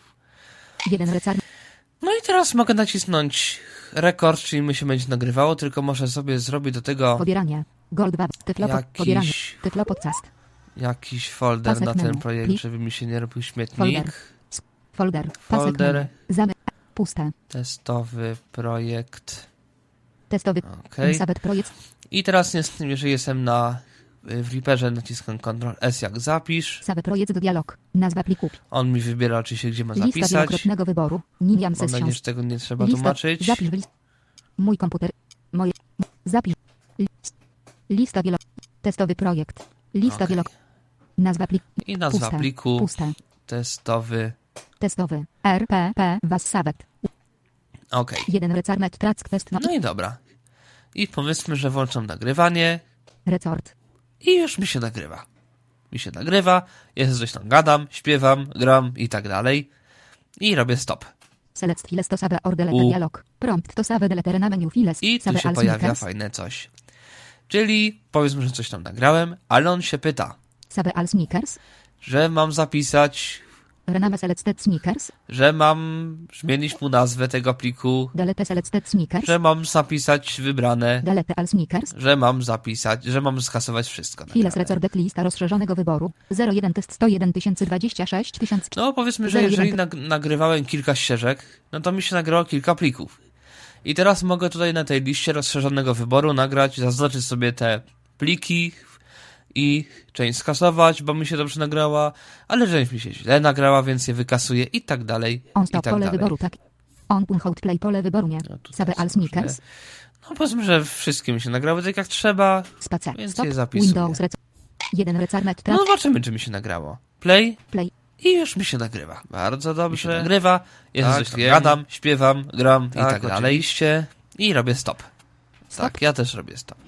Speaker 4: 1 recarmet,
Speaker 3: No i teraz mogę nacisnąć rekord, czyli mi się będzie nagrywało, tylko muszę sobie zrobić do tego
Speaker 4: pobieranie, Gold 2, Tyflo, pobieranie, Tyflo podcast,
Speaker 3: jakiś folder
Speaker 4: Pasek
Speaker 3: na ten
Speaker 4: menu.
Speaker 3: projekt,
Speaker 4: Plik.
Speaker 3: żeby mi się nie robił śmietnik.
Speaker 4: folder, pasek
Speaker 3: Folder.
Speaker 4: menu, zamek, puste,
Speaker 3: Testowy projekt.
Speaker 4: testowy,
Speaker 3: OK.
Speaker 4: Sabet projekt,
Speaker 3: I teraz jeżeli jestem w Reaperze, naciskam Ctrl S jak zapisz.
Speaker 4: Sabet projekt dialog, nazwa pliku,
Speaker 3: On mi wybiera oczywiście, gdzie ma
Speaker 4: lista
Speaker 3: zapisać.
Speaker 4: wielokrotnego wyboru, Niniam
Speaker 3: Mam nadzieję,
Speaker 4: Sessions,
Speaker 3: że tego nie trzeba
Speaker 4: lista,
Speaker 3: tłumaczyć.
Speaker 4: zapisz w list, mój komputer, moje, zapisz, lista wielo, testowy projekt, lista
Speaker 3: Okej.
Speaker 4: wielo, nazwa pliku,
Speaker 3: I nazwa
Speaker 4: puste,
Speaker 3: pliku
Speaker 4: puste.
Speaker 3: testowy.
Speaker 4: Testowy. RPP was Sabet.
Speaker 3: OK.
Speaker 4: 1 recarmet track test no.
Speaker 3: No i dobra. I powiedzmy, że włączam nagrywanie
Speaker 4: Resort.
Speaker 3: i już mi się nagrywa. Ja coś tam gadam, śpiewam, gram i tak dalej. I robię stop.
Speaker 4: Select files to save or delete dialog. Prompt to save delete na menu files.
Speaker 3: I tu
Speaker 4: save
Speaker 3: się
Speaker 4: all
Speaker 3: pojawia
Speaker 4: sneakers.
Speaker 3: fajne coś. Czyli powiedzmy, że coś tam nagrałem, ale on się pyta,
Speaker 4: Save all sneakers.
Speaker 3: że mam zapisać,
Speaker 4: Rename selected sneakers.
Speaker 3: że mam zmienić mu nazwę tego pliku,
Speaker 4: Delete selected sneakers.
Speaker 3: że mam zapisać wybrane,
Speaker 4: Delete all sneakers.
Speaker 3: że mam skasować wszystko.
Speaker 4: Files
Speaker 3: nagrane.
Speaker 4: recordet lista rozszerzonego wyboru. 01 test 101 026 000.
Speaker 3: No powiedzmy, że
Speaker 4: 01
Speaker 3: jeżeli nagrywałem kilka ścieżek, no to mi się nagrało kilka plików. I teraz mogę tutaj na tej liście rozszerzonego wyboru zaznaczyć sobie te pliki i część skasować, bo mi się dobrze nagrała, ale część mi się źle nagrała, więc je wykasuję i tak dalej,
Speaker 4: On
Speaker 3: i
Speaker 4: stop
Speaker 3: tak
Speaker 4: pole
Speaker 3: dalej.
Speaker 4: wyboru tak. On punhout play pole wyboru nie.
Speaker 3: No tutaj
Speaker 4: Save all
Speaker 3: są
Speaker 4: sneakers.
Speaker 3: różne- No powiedzmy, że wszystkie mi się nagrały tak jak trzeba,
Speaker 4: Spacer.
Speaker 3: więc
Speaker 4: Stop.
Speaker 3: je zapisuję.
Speaker 4: Windows rec. 1 recarmet
Speaker 3: No
Speaker 4: track.
Speaker 3: zobaczymy, czy mi się nagrało. Play.
Speaker 4: Play.
Speaker 3: I już mi się nagrywa. Bardzo dobrze. Mi się nagrywa. Ja
Speaker 5: Tak,
Speaker 3: coś tam
Speaker 5: wiem.
Speaker 3: gadam, śpiewam, gram i tak dalej.
Speaker 5: oczywiście.
Speaker 3: I robię stop.
Speaker 4: Stop.
Speaker 3: Tak, ja też robię stop.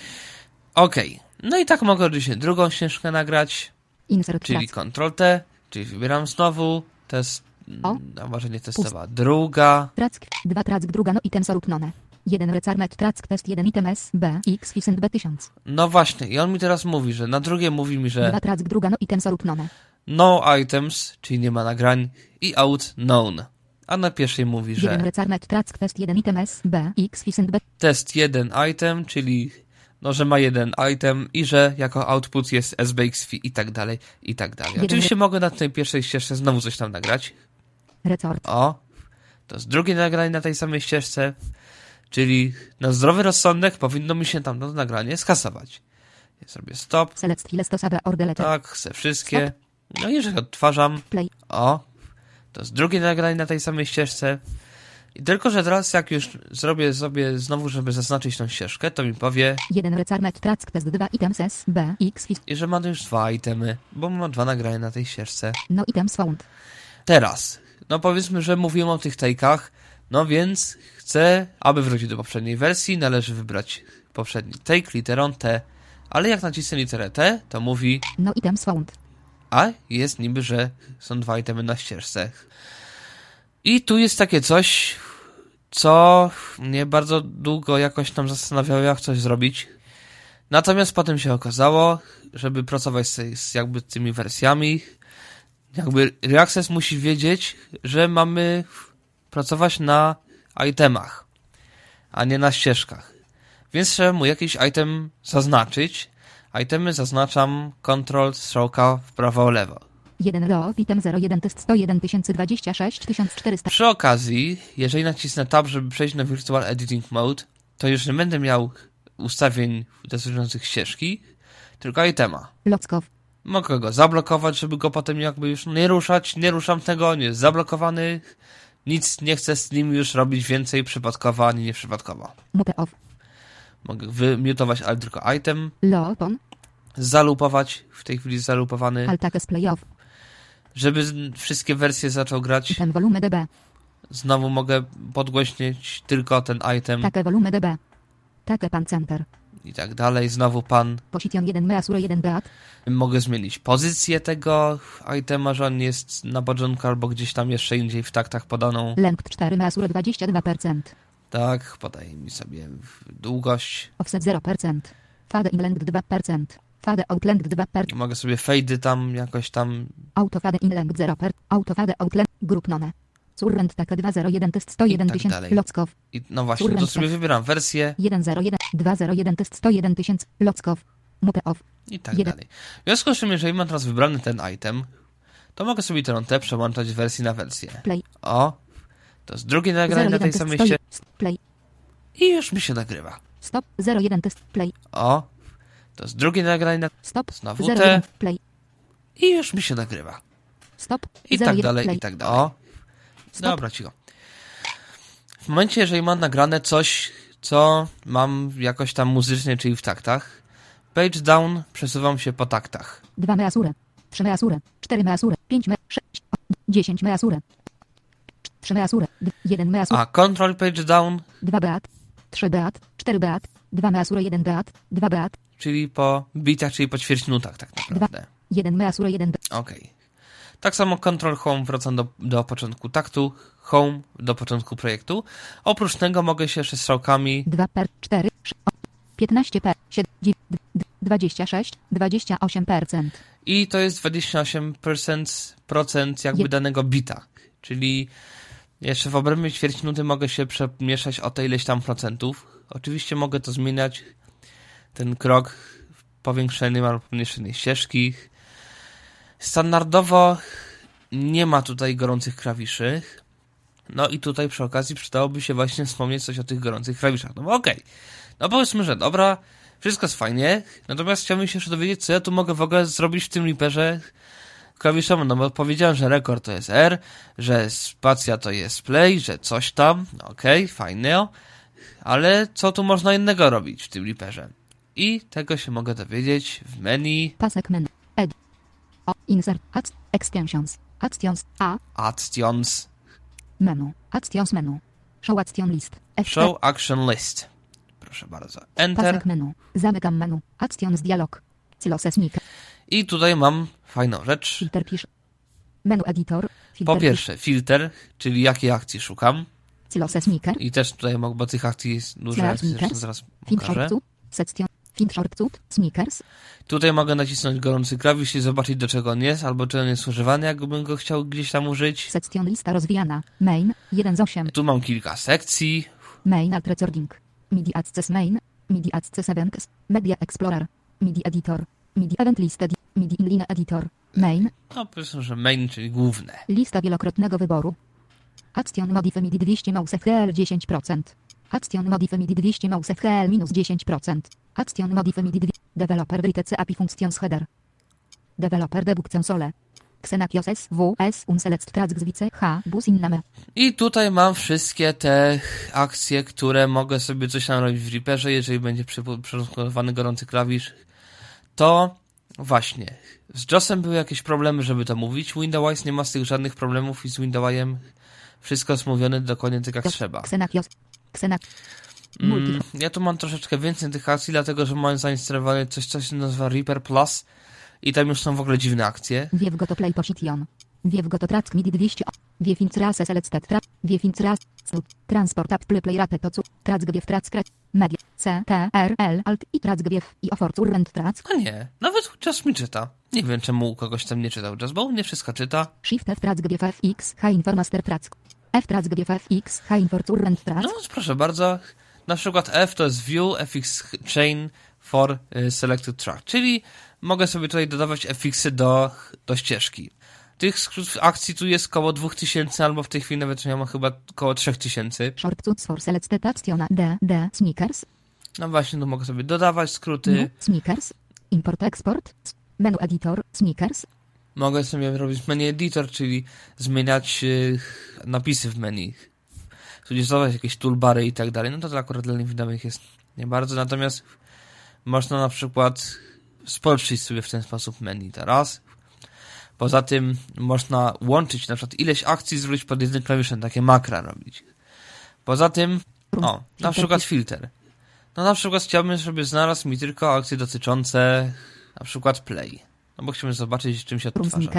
Speaker 3: Okej. No i tak mogę oczywiście drugą ścieżkę nagrać,
Speaker 4: Insert
Speaker 3: czyli
Speaker 4: track.
Speaker 3: Ctrl-T, czyli wybieram znowu,
Speaker 4: O.
Speaker 3: a może nie testowa, druga,
Speaker 4: Track 2 track druga no item sorupnone. 1 recarmet track test 1 item S B X Fisend B1000.
Speaker 3: no właśnie, i on mi teraz mówi, że na drugie mówi mi, że
Speaker 4: 2 track druga no item sorupnone.
Speaker 3: no items, czyli nie ma nagrań, i out known. a na pierwszej mówi,
Speaker 4: 1
Speaker 3: że
Speaker 4: recarnet track test 1 item S, B, X, Fisend B,
Speaker 3: test 1 item, czyli no, że ma jeden item i że jako output jest SBXV i tak dalej, i tak dalej. Oczywiście mogę na tej pierwszej ścieżce znowu coś tam nagrać.
Speaker 4: resort,
Speaker 3: O, to jest drugie nagranie na tej samej ścieżce, czyli na zdrowy rozsądek powinno mi się tam to nagranie skasować. Ja zrobię stop,
Speaker 4: select file stosowe order
Speaker 3: tak, chcę wszystkie. No i jeżeli odtwarzam,
Speaker 4: play,
Speaker 3: o, to jest drugie nagranie na tej samej ścieżce. I tylko, że teraz jak już zrobię sobie znowu, żeby zaznaczyć tą ścieżkę, to mi powie
Speaker 4: 1 recarnet track test 2 items S, B, X,
Speaker 3: i że ma już 2 itemy, bo mam 2 nagrania na tej ścieżce.
Speaker 4: no items found,
Speaker 3: Teraz, no powiedzmy, że mówiłem o tych take'ach, no więc chcę, aby wrócić do poprzedniej wersji, należy wybrać poprzedni take literą T, ale jak nacisnę literę T, to mówi,
Speaker 4: no items found,
Speaker 3: a jest niby, że są 2 itemy na ścieżce. I tu jest takie coś, co mnie bardzo długo jakoś tam zastanawiało, jak coś zrobić. Natomiast potem się okazało, żeby pracować z jakby tymi wersjami, jakby Reaccess musi wiedzieć, że mamy pracować na itemach, a nie na ścieżkach. Więc trzeba mu jakiś item zaznaczyć. Itemy zaznaczam Ctrl strzałka w prawo lewo.
Speaker 4: 1 row item 01 test 101 026 1400,
Speaker 3: Przy okazji, jeżeli nacisnę Tab, żeby przejść na Virtual Editing Mode, to już nie będę miał ustawień dotyczących ścieżki, tylko itema.
Speaker 4: lockow,
Speaker 3: Mogę go zablokować, żeby go potem jakby już nie ruszać. Nie ruszam tego, nie jest zablokowany. Nic nie chcę z nim już robić więcej przypadkowo ani nieprzypadkowo.
Speaker 4: mute off,
Speaker 3: Mogę wymutować, ale tylko item.
Speaker 4: low on,
Speaker 3: Zalupować, w tej chwili jest zalupowany.
Speaker 4: altakes play off,
Speaker 3: Żeby wszystkie wersje zaczął grać,
Speaker 4: item volume db,
Speaker 3: znowu mogę podgłośnić tylko ten item
Speaker 4: take volume db, take pan center,
Speaker 3: i tak dalej. Znowu pan.
Speaker 4: position 1 measure 1 beat,
Speaker 3: Mogę zmienić pozycję tego itema, że on jest na początku albo gdzieś tam jeszcze indziej w taktach podaną.
Speaker 4: length 4 measure 22%,
Speaker 3: Tak, podaje mi sobie długość.
Speaker 4: offset 0%, fade in length 2%, fade out length 2%,
Speaker 3: Mogę sobie fejdy tam jakoś tam.
Speaker 4: auto fade in length 0%, auto fade out length, group none, current take 201 test 101
Speaker 3: I tak
Speaker 4: 000,
Speaker 3: dalej.
Speaker 4: lockow,
Speaker 3: I no właśnie, to sobie wybieram wersję
Speaker 4: 101 201 test 101 000, lockow, mute off,
Speaker 3: i tak
Speaker 4: Jeden.
Speaker 3: dalej. W związku z czym, jeżeli mam teraz wybrany ten item, to mogę sobie tę T przełączać z wersji na wersję.
Speaker 4: play,
Speaker 3: O, to jest drugie nagranie na tej samej ścieżce
Speaker 4: play,
Speaker 3: i już mi się nagrywa.
Speaker 4: stop, 01 test, play,
Speaker 3: O, to jest drugie nagranie na...
Speaker 4: stop,
Speaker 3: Znowu
Speaker 4: 01,
Speaker 3: te.
Speaker 4: play,
Speaker 3: i już mi się nagrywa.
Speaker 4: stop,
Speaker 3: I tak
Speaker 4: 01,
Speaker 3: dalej,
Speaker 4: play,
Speaker 3: i tak dalej. O,
Speaker 4: stop,
Speaker 3: dobra, cicho. W momencie, jeżeli mam nagrane coś, co mam jakoś tam muzycznie, czyli w taktach, page down przesuwam się po taktach.
Speaker 4: 2 measure, 3 measure, 4 measure, 5 measure, 6, 10 measure, 3 measure, 1 measure,
Speaker 3: A control page down,
Speaker 4: 2 beat, 3 beat, 4 beat, 2 measure, 1 beat, 2 beat,
Speaker 3: czyli po bitach, czyli po ćwierćminutach tak naprawdę.
Speaker 4: 1 measure, 1 beat,
Speaker 3: Okej. Tak samo Control Home wracam do początku taktu, Home do początku projektu. Oprócz tego mogę się jeszcze strzałkami
Speaker 4: 2 per 4, 15 per 7, 26, 28%,
Speaker 3: i to jest 28% jakby danego bita. Czyli jeszcze w obrębie ćwierćminuty mogę się przemieszać o te ileś tam procentów. Oczywiście mogę to zmieniać, ten krok powiększeniem albo pomniejszeniem ścieżki. Standardowo nie ma tutaj gorących klawiszy. No i tutaj przy okazji przydałoby się właśnie wspomnieć coś o tych gorących klawiszach. No bo okej. No powiedzmy, że dobra, wszystko jest fajnie, natomiast chciałbym się jeszcze dowiedzieć, co ja tu mogę w ogóle zrobić w tym Reaperze klawiszami. No bo powiedziałem, że rekord to jest R, że spacja to jest play, że coś tam. Okej, fajnie. Ale co tu można innego robić w tym Reaperze? I tego się mogę dowiedzieć w menu
Speaker 4: pasek menu, ed, o, insert, add, extensions, actions, a,
Speaker 3: Actions,
Speaker 4: menu, actions menu, show action list, F,
Speaker 3: Show Action List. Proszę bardzo. Enter.
Speaker 4: pasek menu, zamykam menu, actions dialog, cyloses nika,
Speaker 3: I tutaj mam fajną rzecz.
Speaker 4: filter pisz, menu editor, filter
Speaker 3: Po pierwsze, filtr, czyli jakiej akcji szukam.
Speaker 4: cyloses nika,
Speaker 3: I też tutaj mogę, bo tych akcji jest dużo,
Speaker 4: Slash
Speaker 3: jak zresztą
Speaker 4: Mikers.
Speaker 3: zaraz
Speaker 4: fin
Speaker 3: pokażę.
Speaker 4: shortcu, section, Find shortcut, Snickers,
Speaker 3: Tutaj mogę nacisnąć gorący klawisz i zobaczyć, do czego on jest, albo czy on jest używany, jakbym go chciał gdzieś tam użyć.
Speaker 4: Section lista rozwijana, main, 1 z 8,
Speaker 3: Tu mam kilka sekcji.
Speaker 4: main alt recording, MIDI access main, MIDI access events, media explorer, MIDI editor, MIDI event list, MIDI inline editor, main,
Speaker 3: No, powiedzmy, że main, czyli główne.
Speaker 4: lista wielokrotnego wyboru. Action modify MIDI 200 mouse FGL 10%. Action modify MIDI 200 mouse FGL minus 10%. Action modify MIDI developer WTC API functions header. Developer debug console. Xenakios SWS unselect track zwice H bus inname.
Speaker 3: I tutaj mam wszystkie te akcje, które mogę sobie coś tam robić w Reaperze, jeżeli będzie przygotowany gorący klawisz. To właśnie, z JOS-em były jakieś problemy, żeby to mówić. Windowise nie ma z tych żadnych problemów i z Windowsem wszystko jest mówione dokładnie tak jak trzeba.
Speaker 4: Xenakios.
Speaker 3: Ja tu mam troszeczkę więcej tych akcji, dlatego że mam zainstalowane coś, co się nazywa Reaper Plus i tam już są w ogóle dziwne akcje.
Speaker 4: Wiew go to play position. Wiew go to track MIDI 200. Wiew ins ras selected track. Wiew ins ras transport up play rate to cu. Track gwiew track media. C T R L alt i track gwiew i offer urrent track.
Speaker 3: No nie, nawet JOS mi czyta. Nie wiem, czemu u kogoś tam nie czytał JOS, bo u mnie wszystko czyta.
Speaker 4: Shift F track gwiew FX high informaster track. F track gwiew FX high inform urrent track.
Speaker 3: No proszę bardzo, na przykład F to jest View FX Chain for Selected Track, czyli mogę sobie tutaj dodawać FX-y do ścieżki. Tych akcji tu jest około 2000, albo w tej chwili nawet ja mam chyba około 3000.
Speaker 4: Shortcuts for selected action D Snickers.
Speaker 3: No właśnie, tu mogę sobie dodawać skróty.
Speaker 4: Snickers. Import export. Menu editor Snickers.
Speaker 3: Mogę sobie robić menu editor, czyli zmieniać napisy w menu. Dodawać jakieś toolbary i tak dalej. No to akurat dla niewidomych jest nie bardzo. Natomiast można na przykład spolszczyć sobie w ten sposób menu teraz. Poza tym można łączyć na przykład ileś akcji, zrobić pod jednym klawiszem, takie makra robić. Poza tym, na przykład filtr. No na przykład chciałbym, żeby znalazł mi tylko akcje dotyczące na przykład play. No bo chciałbym zobaczyć, czym się odtwarza.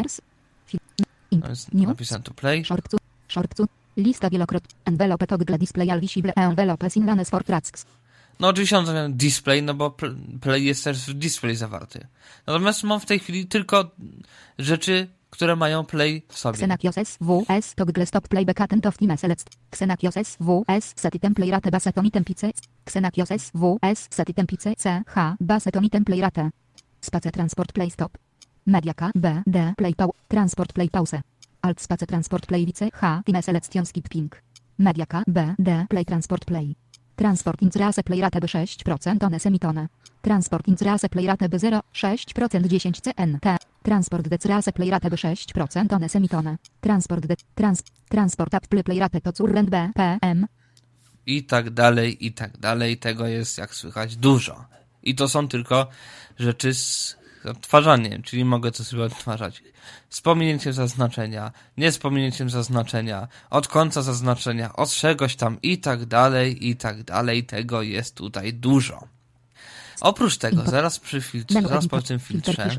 Speaker 3: No jest napisane tu play.
Speaker 4: Shortcut. Lista wielokrotna. Envelope toggle display all visible envelope sinlanes for tracks.
Speaker 3: No oczywiście on display, no bo play jest też w display zawarty. Natomiast mam w tej chwili tylko rzeczy, które mają play w sobie.
Speaker 4: Xenakios SWS toggle stop playback attent of time select. Xenakios SWS set template rate baseton tempice. Xenakios SWS set tempice CH baseton template rate. Space transport play stop. Mediaka B D play pause. Transport play pause. Alt space transport play vice H time selection skipping. Mediaka B D play transport play. Transport ins rase play rate B6% one semitone. Transport ins rase play rate B0 6% 10 CNT. Transport dec rase play rate B6% one semitone. Transport de transport up play rate to current B PM.
Speaker 3: I tak dalej, i tak dalej. Tego jest, jak słychać, dużo. I to są tylko rzeczy z odtwarzaniem, czyli mogę to sobie odtwarzać z pominięciem zaznaczenia, nie z pominięciem zaznaczenia, od końca zaznaczenia, od czegoś tam i tak dalej, i tak dalej. Tego jest tutaj dużo. Oprócz tego, zaraz przy filtrze, zaraz po tym filtrze,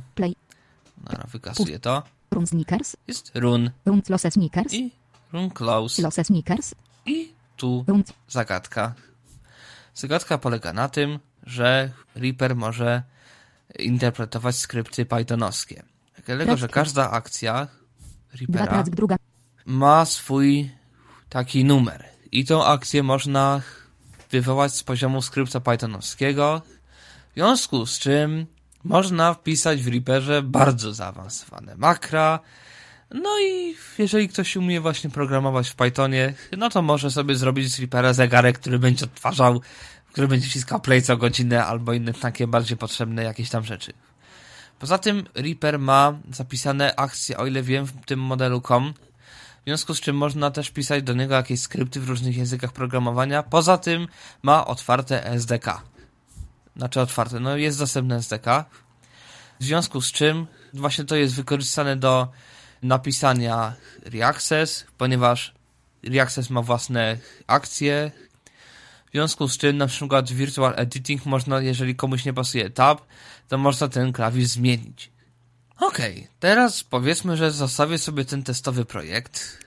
Speaker 3: wykasuję to,
Speaker 4: Run Snickers.
Speaker 3: jest run
Speaker 4: Run close Snickers.
Speaker 3: i run close
Speaker 4: Close Snickers.
Speaker 3: i tu
Speaker 4: Run
Speaker 3: zagadka. Zagadka polega na tym, że Reaper może interpretować skrypty pythonowskie. Dlatego, że każda akcja Reapera ma swój taki numer. I tą akcję można wywołać z poziomu skrypta pythonowskiego, w związku z czym można wpisać w Reaperze bardzo zaawansowane makra. No i jeżeli ktoś umie właśnie programować w Pythonie, no to może sobie zrobić z Reapera zegarek, który będzie odtwarzał, który będzie wciskał play co godzinę, albo inne takie bardziej potrzebne jakieś tam rzeczy. Poza tym Reaper ma zapisane akcje, o ile wiem, w tym modelu COM, w związku z czym można też pisać do niego jakieś skrypty w różnych językach programowania. Poza tym ma otwarte SDK. Znaczy otwarte, no jest dostępne SDK. W związku z czym właśnie to jest wykorzystane do napisania Reaccess, ponieważ Reaccess ma własne akcje. W związku z czym na przykład Virtual Editing można, jeżeli komuś nie pasuje tab, to można ten klawisz zmienić. Okej, teraz powiedzmy, że zostawię sobie ten testowy projekt.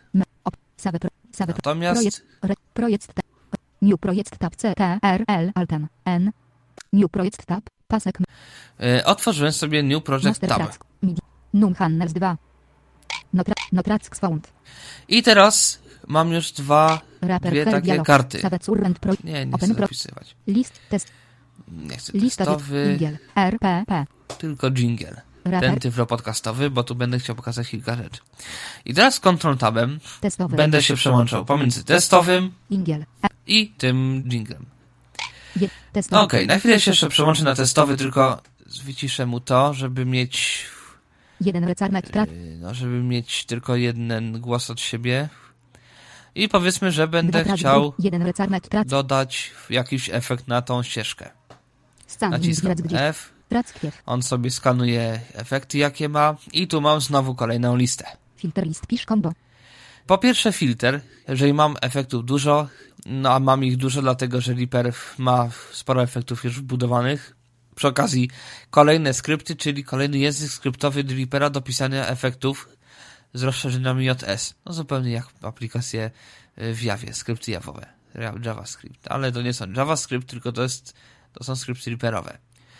Speaker 3: Natomiast
Speaker 4: Projekt New Project Tab C T R L Alten N New Project Tab Pasek.
Speaker 3: Otworzyłem sobie New Project
Speaker 4: Master
Speaker 3: tab.
Speaker 4: Track. MIDI. Num Hanners 2. Notrack Found.
Speaker 3: I teraz mam już dwie takie
Speaker 4: dialog.
Speaker 3: karty.
Speaker 4: Savage Urrent Pro.
Speaker 3: Nie
Speaker 4: Open
Speaker 3: chcę
Speaker 4: Pro.
Speaker 3: zapisywać.
Speaker 4: List test.
Speaker 3: Nie chcę
Speaker 4: Lista
Speaker 3: testowy,
Speaker 4: Jingle. RPP.
Speaker 3: tylko jingle.
Speaker 4: Raper.
Speaker 3: Ten tyflo podcastowy, bo tu będę chciał pokazać kilka rzeczy. I teraz Ctrl Tabem
Speaker 4: Testowy.
Speaker 3: będę się przełączał pomiędzy testowym
Speaker 4: Jingle.
Speaker 3: i tym jinglem.
Speaker 4: Testowy.
Speaker 3: No okej, na chwilę się jeszcze przełączę na testowy, tylko wyciszę mu to, żeby mieć
Speaker 4: Jeden recarnet track.
Speaker 3: żeby mieć tylko jeden głos od siebie. I powiedzmy, że będę
Speaker 4: Dwa
Speaker 3: chciał
Speaker 4: track. Jeden recarnet track.
Speaker 3: dodać jakiś efekt na tą ścieżkę.
Speaker 4: Scan.
Speaker 3: Naciskam
Speaker 4: Gdzie?
Speaker 3: F,
Speaker 4: Track kiew.
Speaker 3: on sobie skanuje efekty, jakie ma i tu mam znowu kolejną listę.
Speaker 4: Filter list pisz combo.
Speaker 3: Po pierwsze filtr, jeżeli mam efektów dużo, no a mam ich dużo dlatego, że Reaper ma sporo efektów już wbudowanych. Przy okazji kolejne skrypty, czyli kolejny język skryptowy Reapera do pisania efektów z rozszerzeniami JS. No zupełnie jak aplikacje w Javie, skrypty jawowe, JavaScript. Ale to nie są JavaScript, tylko to są skrypty Reaperowe.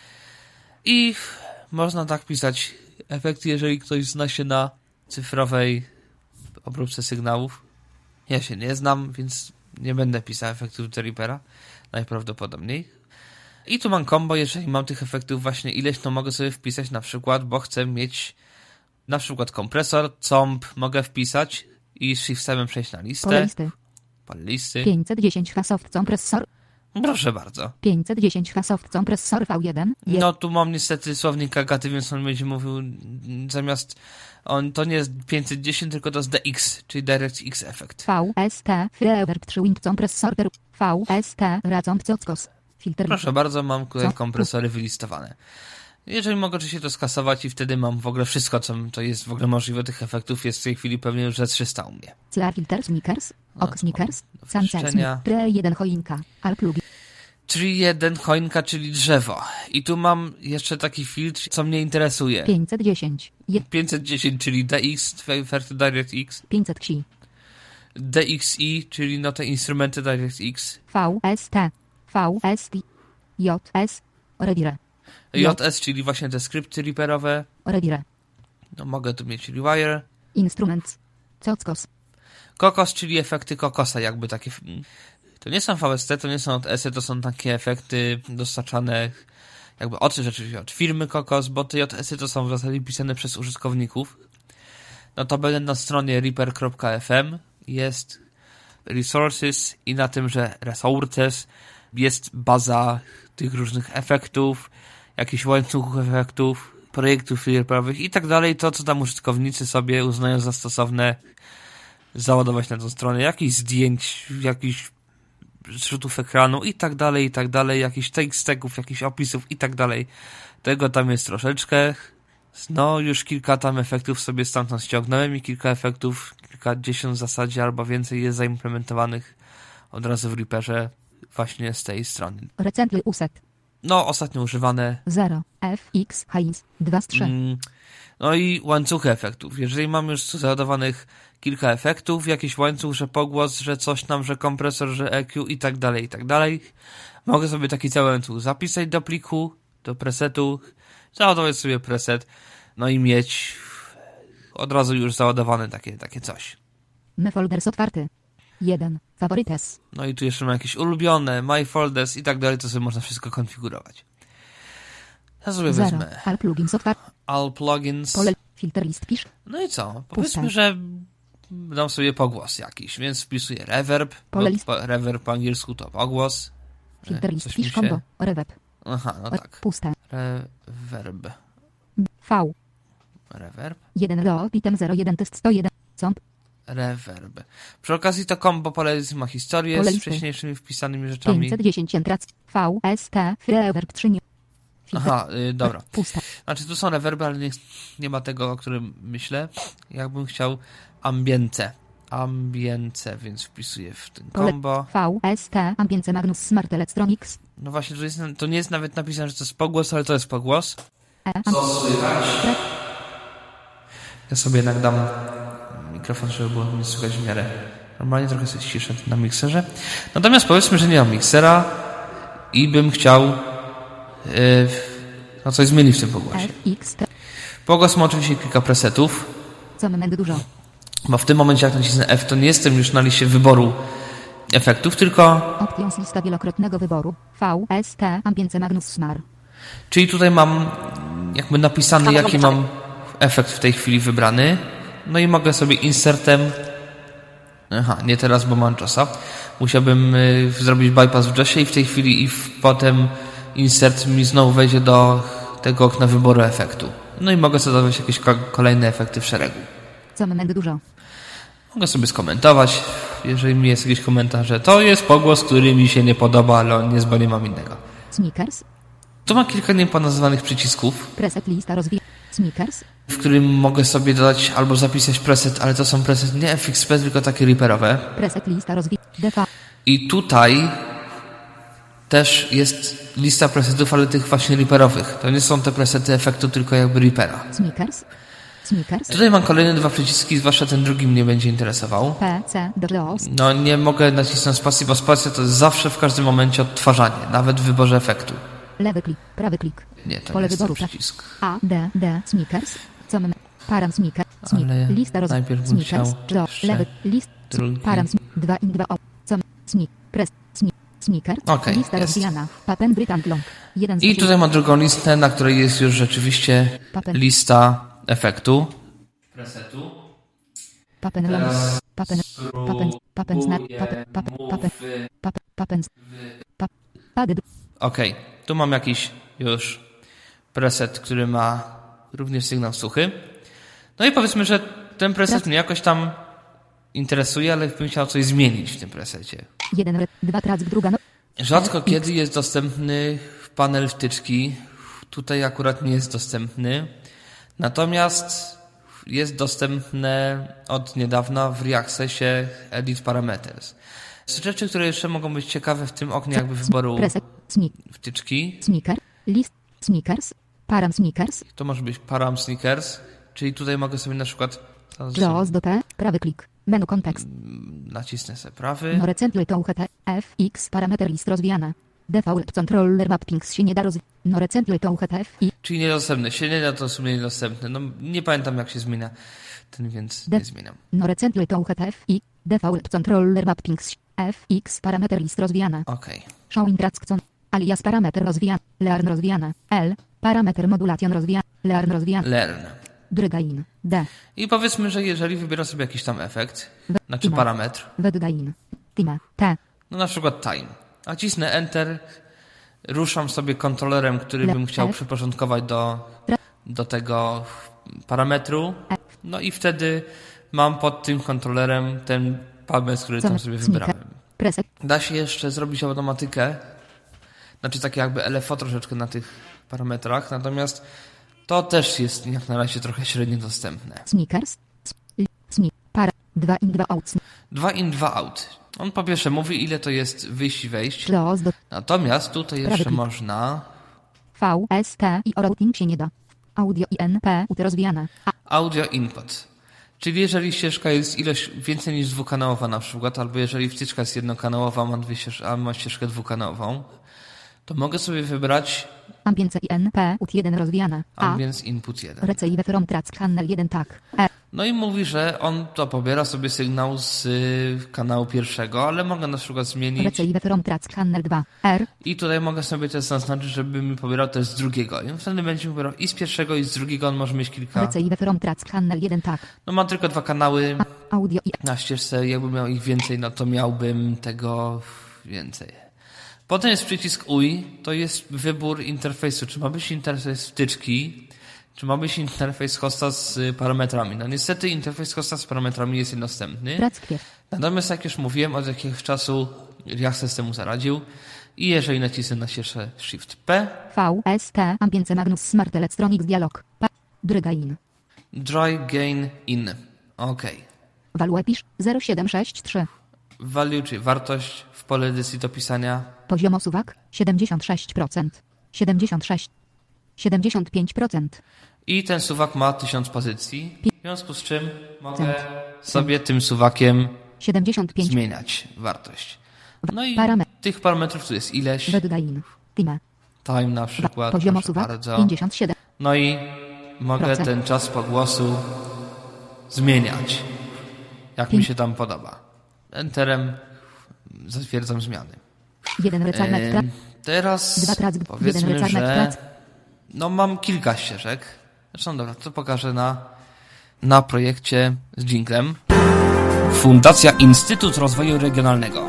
Speaker 3: I można tak pisać efekty, jeżeli ktoś zna się na cyfrowej obróbce sygnałów. Ja się nie znam, więc nie będę pisał efektów do Reapera, najprawdopodobniej. I tu mam combo, jeżeli mam tych efektów właśnie ileś, to mogę sobie wpisać na przykład, bo chcę mieć na przykład kompresor, comp mogę wpisać i shiftem przejść na listę.
Speaker 4: Pole listy.
Speaker 3: Pole listy.
Speaker 4: 510 Hasoft compressor.
Speaker 3: Proszę bardzo.
Speaker 4: 510 Hasoft compressor V1.
Speaker 3: No tu mam niestety słownik Agaty, więc on będzie mówił zamiast to nie jest 510, tylko to jest DX, czyli DirectX Effect.
Speaker 4: VST Reverb 3 Wind compressor. VST Razomp Cockos. Filter.
Speaker 3: Proszę bardzo, mam tutaj kompresory wylistowane. Jeżeli mogę oczywiście to skasować i wtedy mam w ogóle wszystko, co jest w ogóle możliwe tych efektów, jest w tej chwili pewnie już ze 300 u mnie.
Speaker 4: CLR filter sneakers. Ox sneakers. Sancels.
Speaker 3: wczyszczenia.
Speaker 4: 1 choinka. Al plugin.
Speaker 3: 3.1 choinka, czyli drzewo. I tu mam jeszcze taki filtr, co mnie interesuje.
Speaker 4: 510.
Speaker 3: 510, czyli DX, efekty DirectX.
Speaker 4: 500 Xi.
Speaker 3: DXI, czyli no te instrumenty DirectX.
Speaker 4: VST. VST. JS. Rewire.
Speaker 3: JS, czyli właśnie te skrypty Reaperowe.
Speaker 4: Rewire.
Speaker 3: No mogę tu mieć Rewire.
Speaker 4: Instruments. Cockos.
Speaker 3: Kokos, czyli efekty kokosa, jakby takie. To nie są VST, to nie są JS-y, to są takie efekty dostarczane jakby rzeczywiście od firmy Kokos, bo te JS-y to są w zasadzie pisane przez użytkowników. No to będę na stronie reaper.fm jest resources i na tymże resources jest baza tych różnych efektów, jakichś łańcuchów efektów, projektów reaperowych i tak dalej. To, co tam użytkownicy sobie uznają za stosowne załadować na tą stronę. Jakichś zdjęć, jakichś zrzutów ekranu i tak dalej, jakichś tekstek, jakichś opisów i tak dalej. Tego tam jest troszeczkę. No, już kilka tam efektów sobie stamtąd ściągnąłem i kilka efektów, kilkadziesiąt w zasadzie albo więcej jest zaimplementowanych od razu w Reaperze właśnie z tej strony.
Speaker 4: Recently uset.
Speaker 3: No, ostatnio używane
Speaker 4: 0. FX Heinz 2 z 3.
Speaker 3: No i łańcuchy efektów. Jeżeli mam już załadowanych kilka efektów, jakiś łańcuch, że pogłos, że coś tam, że kompresor, że EQ i tak dalej, mogę sobie taki cały łańcuch zapisać do pliku, do presetu, załadować sobie preset, no i mieć od razu już załadowane takie coś.
Speaker 4: My folders otwarty. 1. Favorites.
Speaker 3: No i tu jeszcze mam jakieś ulubione, my folders i tak dalej, to sobie można wszystko konfigurować. Ja sobie
Speaker 4: 0.
Speaker 3: wezmę
Speaker 4: All plugins otwarty.
Speaker 3: all plugins.
Speaker 4: Pole filter list pisz.
Speaker 3: No i co? Powiedzmy,
Speaker 4: Puste.
Speaker 3: że dam sobie pogłos jakiś, więc wpisuję reverb.
Speaker 4: Pole
Speaker 3: No,
Speaker 4: list.
Speaker 3: reverb po angielsku to pogłos.
Speaker 4: Filter list
Speaker 3: Coś mi
Speaker 4: pisz
Speaker 3: się-
Speaker 4: combo. Reweb.
Speaker 3: Aha, no tak.
Speaker 4: Puste.
Speaker 3: Reverb.
Speaker 4: V.
Speaker 3: Reverb.
Speaker 4: 1 ro item 01 test 101. Comp.
Speaker 3: Reverb. Przy okazji to combo pole listy ma historię
Speaker 4: Pole
Speaker 3: z
Speaker 4: listy.
Speaker 3: wcześniejszymi wpisanymi rzeczami.
Speaker 4: 510 entrac. VST Reverb 3. Filter.
Speaker 3: Aha, dobra.
Speaker 4: Puste.
Speaker 3: Znaczy tu są reverby, ale nie ma tego, o którym myślę. Jakbym chciał ambience, więc wpisuję w tym combo.
Speaker 4: VST Ambience Magnus Smart Electronics.
Speaker 3: No właśnie, to nie jest nawet napisane, że to jest pogłos, ale to jest pogłos.
Speaker 4: Co
Speaker 3: słychać? Ja sobie jednak dam mikrofon, żeby było mnie słychać w miarę normalnie, trochę sobie ściszę na mikserze. Natomiast powiedzmy, że nie mam miksera i bym chciał coś zmieni w tym pogłosie.
Speaker 4: FX.
Speaker 3: Pogłos ma oczywiście kilka presetów,
Speaker 4: Co moment dużo.
Speaker 3: bo w tym momencie jak nacisnę F, to nie jestem już na liście wyboru efektów, tylko...
Speaker 4: Options lista wielokrotnego wyboru. VST Ambience Magnus Smar.
Speaker 3: Czyli tutaj mam jakby napisany, jaki mam efekt w tej chwili wybrany. No i mogę sobie insertem... nie teraz, bo mam JOSa. Musiałbym zrobić bypass w JOSie i w tej chwili potem insert mi znowu wejdzie do tego okna wyboru efektu. No i mogę sobie dodać jakieś kolejne efekty w szeregu.
Speaker 4: Co moment dużo.
Speaker 3: Mogę sobie skomentować, jeżeli mi jest jakiś komentarz, że to jest pogłos, który mi się nie podoba, ale on jest, bo nie mam innego.
Speaker 4: Sneakers.
Speaker 3: Tu mam kilka nieponazwanych przycisków,
Speaker 4: Preset lista Sneakers.
Speaker 3: w którym mogę sobie dodać albo zapisać preset, ale to są presety nie FXP, tylko takie Reaperowe.
Speaker 4: Preset lista Defa.
Speaker 3: I tutaj też jest lista presetów, ale tych właśnie Reaperowych. To nie są te presety efektu, tylko jakby Reapera.
Speaker 4: Sneakers.
Speaker 3: Tutaj mam kolejne dwa przyciski, zwłaszcza ten drugi mnie będzie interesował.
Speaker 4: PC. DOS.
Speaker 3: No nie mogę nacisnąć spacji, bo spacja to jest zawsze w każdym momencie odtwarzanie, nawet w wyborze efektu.
Speaker 4: Lewy klik. Prawy klik.
Speaker 3: Nie, to
Speaker 4: Pole
Speaker 3: nie jest ten
Speaker 4: wyboru.
Speaker 3: przycisk.
Speaker 4: A, D. Sneakers. Co moment. Param Sneakers.
Speaker 3: Ale
Speaker 4: Lista
Speaker 3: najpierw bym
Speaker 4: Sneakers.
Speaker 3: chciał jeszcze
Speaker 4: Lewy. List.
Speaker 3: drugi.
Speaker 4: Param 2 in 2 o. Co Sneakers.
Speaker 3: Okej,
Speaker 4: Lista
Speaker 3: jest.
Speaker 4: rozwijana. Papen Britann Long. 1 z
Speaker 3: I tutaj mam drugą listę, na której jest już rzeczywiście lista efektu. Presetu.
Speaker 4: Papen Long. Papen.
Speaker 3: Okej, tu mam jakiś już preset, który ma również sygnał suchy. No i powiedzmy, że ten preset mnie jakoś tam interesuje, ale bym chciał coś zmienić w tym presecie.
Speaker 4: 1, 2 track, druga.
Speaker 3: Rzadko kiedy jest dostępny panel wtyczki. Tutaj akurat nie jest dostępny. Natomiast jest dostępne od niedawna w Reaccessie Edit Parameters. Z rzeczy, które jeszcze mogą być ciekawe w tym oknie jakby wyboru wtyczki.
Speaker 4: Sneakers. Param Sneakers.
Speaker 3: To może być Param Sneakers, czyli tutaj mogę sobie na przykład
Speaker 4: JOS do P, prawy klik. Menu kontekst.
Speaker 3: nacisnę sobie prawy.
Speaker 4: Norecentry to UHT, FX, parametr list rozwijana. Default controller mappings się nie da rozwijać. Norecentry to UHT, i.
Speaker 3: Czyli niedostępny. Się nie da, to w sumie niedostępny. No nie pamiętam jak się zmienia ten, więc nie zmieniam.
Speaker 4: Norecentry to UHT, i. Default controller mappings, FX, parametr list rozwijana.
Speaker 3: Okej.
Speaker 4: Showing Rackson, alias parametr rozwijana. Learn rozwijana. L, parametr modulation rozwijana. Learn rozwijana.
Speaker 3: Learn.
Speaker 4: Drygain. D.
Speaker 3: I powiedzmy, że jeżeli wybieram sobie jakiś tam efekt, znaczy parametr,
Speaker 4: Wedgain. Time. T.
Speaker 3: no na przykład time, a cisnę Enter, ruszam sobie kontrolerem, który bym chciał przyporządkować do tego parametru, no i wtedy mam pod tym kontrolerem ten parametr, który tam sobie wybrałem. Da się jeszcze zrobić automatykę, znaczy takie jakby LFO troszeczkę na tych parametrach, natomiast to też jest jak na razie trochę średnio dostępne.
Speaker 4: Sneakers. Para. 2 in 2 out.
Speaker 3: 2 in 2 out. On po pierwsze mówi, ile to jest wyjść i wejść. Natomiast tutaj jeszcze można...
Speaker 4: VST i routing się nie da. Audio i NP rozwijane.
Speaker 3: Audio input. Czyli jeżeli ścieżka jest ilość więcej niż dwukanałowa na przykład, albo jeżeli wtyczka jest jednokanałowa, a ma ścieżkę dwukanałową, to mogę sobie wybrać
Speaker 4: Ambience i NP ut 1 rozwijane.
Speaker 3: Ambience input 1.
Speaker 4: Receive from track channel 1 tak.
Speaker 3: No i mówi, że on to pobiera sobie sygnał z kanału pierwszego, ale mogę na przykład zmienić.
Speaker 4: Receive from track channel 2. R.
Speaker 3: I tutaj mogę sobie też zaznaczyć, żeby mi pobierał też z drugiego. I wtedy będzie mi pobierał i z pierwszego, i z drugiego. On może mieć kilka.
Speaker 4: Receive from track channel 1 tak.
Speaker 3: No mam tylko 2 kanały.
Speaker 4: Audio i
Speaker 3: na ścieżce. Jakbym miał ich więcej, no to miałbym tego więcej. Potem jest przycisk UI, to jest wybór interfejsu. Czy ma być interfejs wtyczki, czy ma być interfejs hosta z parametrami. No niestety interfejs hosta z parametrami jest niedostępny. Natomiast jak już mówiłem, od jakiegoś czasu Reaccess temu zaradził. I jeżeli nacisnę na ścieżkę Shift P.
Speaker 4: VST Ambience Magnus Smart Electronics Dialog. Drygain.
Speaker 3: Dry gain in. OK.
Speaker 4: Value pisz 0763.
Speaker 3: Value, czyli wartość w pole edycji do pisania.
Speaker 4: Poziom osuwak 76%. 76. 75%.
Speaker 3: I ten suwak ma 1000 pozycji. W związku z czym mogę sobie tym suwakiem
Speaker 4: 75.
Speaker 3: zmieniać wartość. No i tych parametrów tu jest ileś. Time na przykład.
Speaker 4: Poziom
Speaker 3: Proszę
Speaker 4: osuwak
Speaker 3: bardzo.
Speaker 4: 57.
Speaker 3: No i mogę ten czas pogłosu zmieniać, jak mi się tam podoba. Enterem zatwierdzam zmiany.
Speaker 4: 1 recarnet track.
Speaker 3: Teraz
Speaker 4: 2 track. 1
Speaker 3: powiedzmy,
Speaker 4: recarnet
Speaker 3: że
Speaker 4: track.
Speaker 3: no mam kilka ścieżek. Zresztą dobra, to pokażę na projekcie z dżinglem. Fundacja Instytut Rozwoju Regionalnego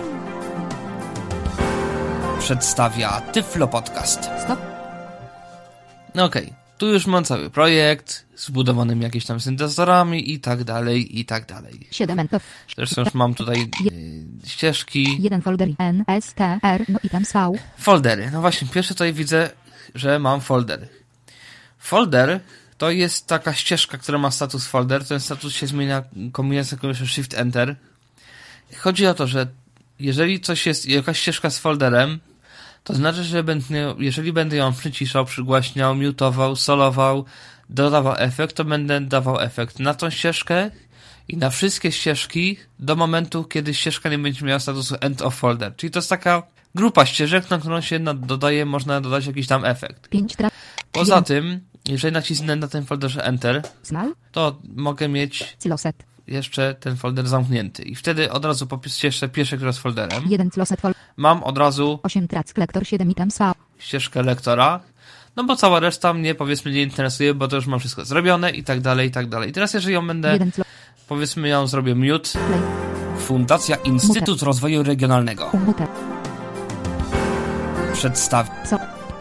Speaker 3: przedstawia Tyflo Podcast.
Speaker 4: Stop.
Speaker 3: No okej, tu już mam cały projekt zbudowanym jakimiś tam syntezatorami i tak dalej, i tak dalej.
Speaker 4: 7 enter.
Speaker 3: Zresztą już mam tutaj ścieżki,
Speaker 4: 1 folder N, S, T, R, no i tam V.
Speaker 3: foldery. No właśnie, pierwsze tutaj widzę, że mam folder. Folder to jest taka ścieżka, która ma status folder. Ten status się zmienia kombinacją Shift Enter. Chodzi o to, że jeżeli coś jest, jakaś ścieżka z folderem, to znaczy, że jeżeli będę ją przyciszał, przygłaśniał, mutował, solował, dodawał efekt, to będę dawał efekt na tą ścieżkę i na wszystkie ścieżki do momentu, kiedy ścieżka nie będzie miała statusu end of folder. Czyli to jest taka grupa ścieżek, na którą się dodaje, można dodać jakiś tam efekt.
Speaker 4: 5 track.
Speaker 3: Poza tym, jeżeli nacisnę na tym folderze Enter,
Speaker 4: Small.
Speaker 3: to mogę mieć
Speaker 4: Siloset.
Speaker 3: jeszcze ten folder zamknięty. I wtedy od razu po ścieżce pierwszej, która z folderem,
Speaker 4: 1 closet folder.
Speaker 3: mam od razu
Speaker 4: 8 track lektor 7 items V.
Speaker 3: ścieżkę lektora, no bo cała reszta mnie, powiedzmy, nie interesuje, bo to już mam wszystko zrobione i tak dalej, i tak dalej. I teraz jeżeli ją będę,
Speaker 4: 1
Speaker 3: powiedzmy, ją zrobię mute,
Speaker 4: play.
Speaker 3: Fundacja Instytut Rozwoju Regionalnego
Speaker 4: Mute.
Speaker 3: przedstawia
Speaker 4: Co?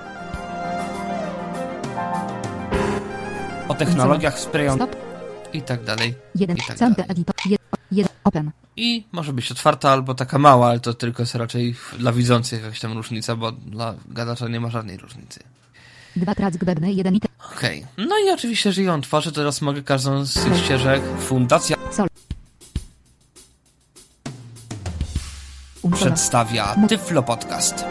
Speaker 3: o technologiach wspierających
Speaker 4: Stop.
Speaker 3: i tak dalej,
Speaker 4: 1
Speaker 3: i tak
Speaker 4: center
Speaker 3: dalej.
Speaker 4: editor. 1 open.
Speaker 3: I może być otwarta albo taka mała, ale to tylko jest raczej dla widzących jakaś tam różnica, bo dla gadacza nie ma żadnej różnicy.
Speaker 4: 2 track gbebny 1 item.
Speaker 3: Okej. No i oczywiście, jeżeli ją tworzę, to teraz mogę każdą z tych ścieżek Fundacja
Speaker 4: Sol.
Speaker 3: przedstawia Tyflo Podcast.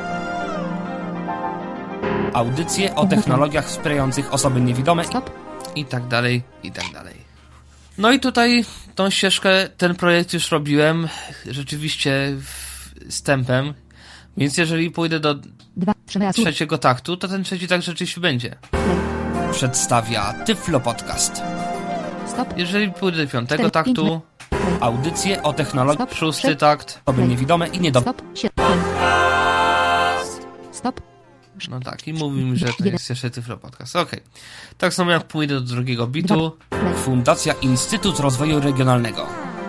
Speaker 3: Audycje o technologiach wspierających osoby niewidome
Speaker 4: Stop.
Speaker 3: i tak dalej, i tak dalej. No i tutaj tą ścieżkę, ten projekt już robiłem rzeczywiście z tempem, więc jeżeli pójdę do
Speaker 4: 2 3
Speaker 3: trzeciego taktu, to ten trzeci tak rzeczywiście będzie. Przedstawia Tyflo Podcast.
Speaker 4: Stop.
Speaker 3: Jeżeli pójdę do piątego
Speaker 4: 4,
Speaker 3: taktu,
Speaker 4: 5,
Speaker 3: audycje o technologii,
Speaker 4: Stop.
Speaker 3: szósty
Speaker 4: 3,
Speaker 3: takt, osoby niewidome i niedome.
Speaker 4: Stop. 7. Stop.
Speaker 3: No tak, i mówimy, że to jest jeszcze Tyflo Podcast. Okej. Tak samo jak pójdę do drugiego bitu, Fundacja Instytut Rozwoju Regionalnego.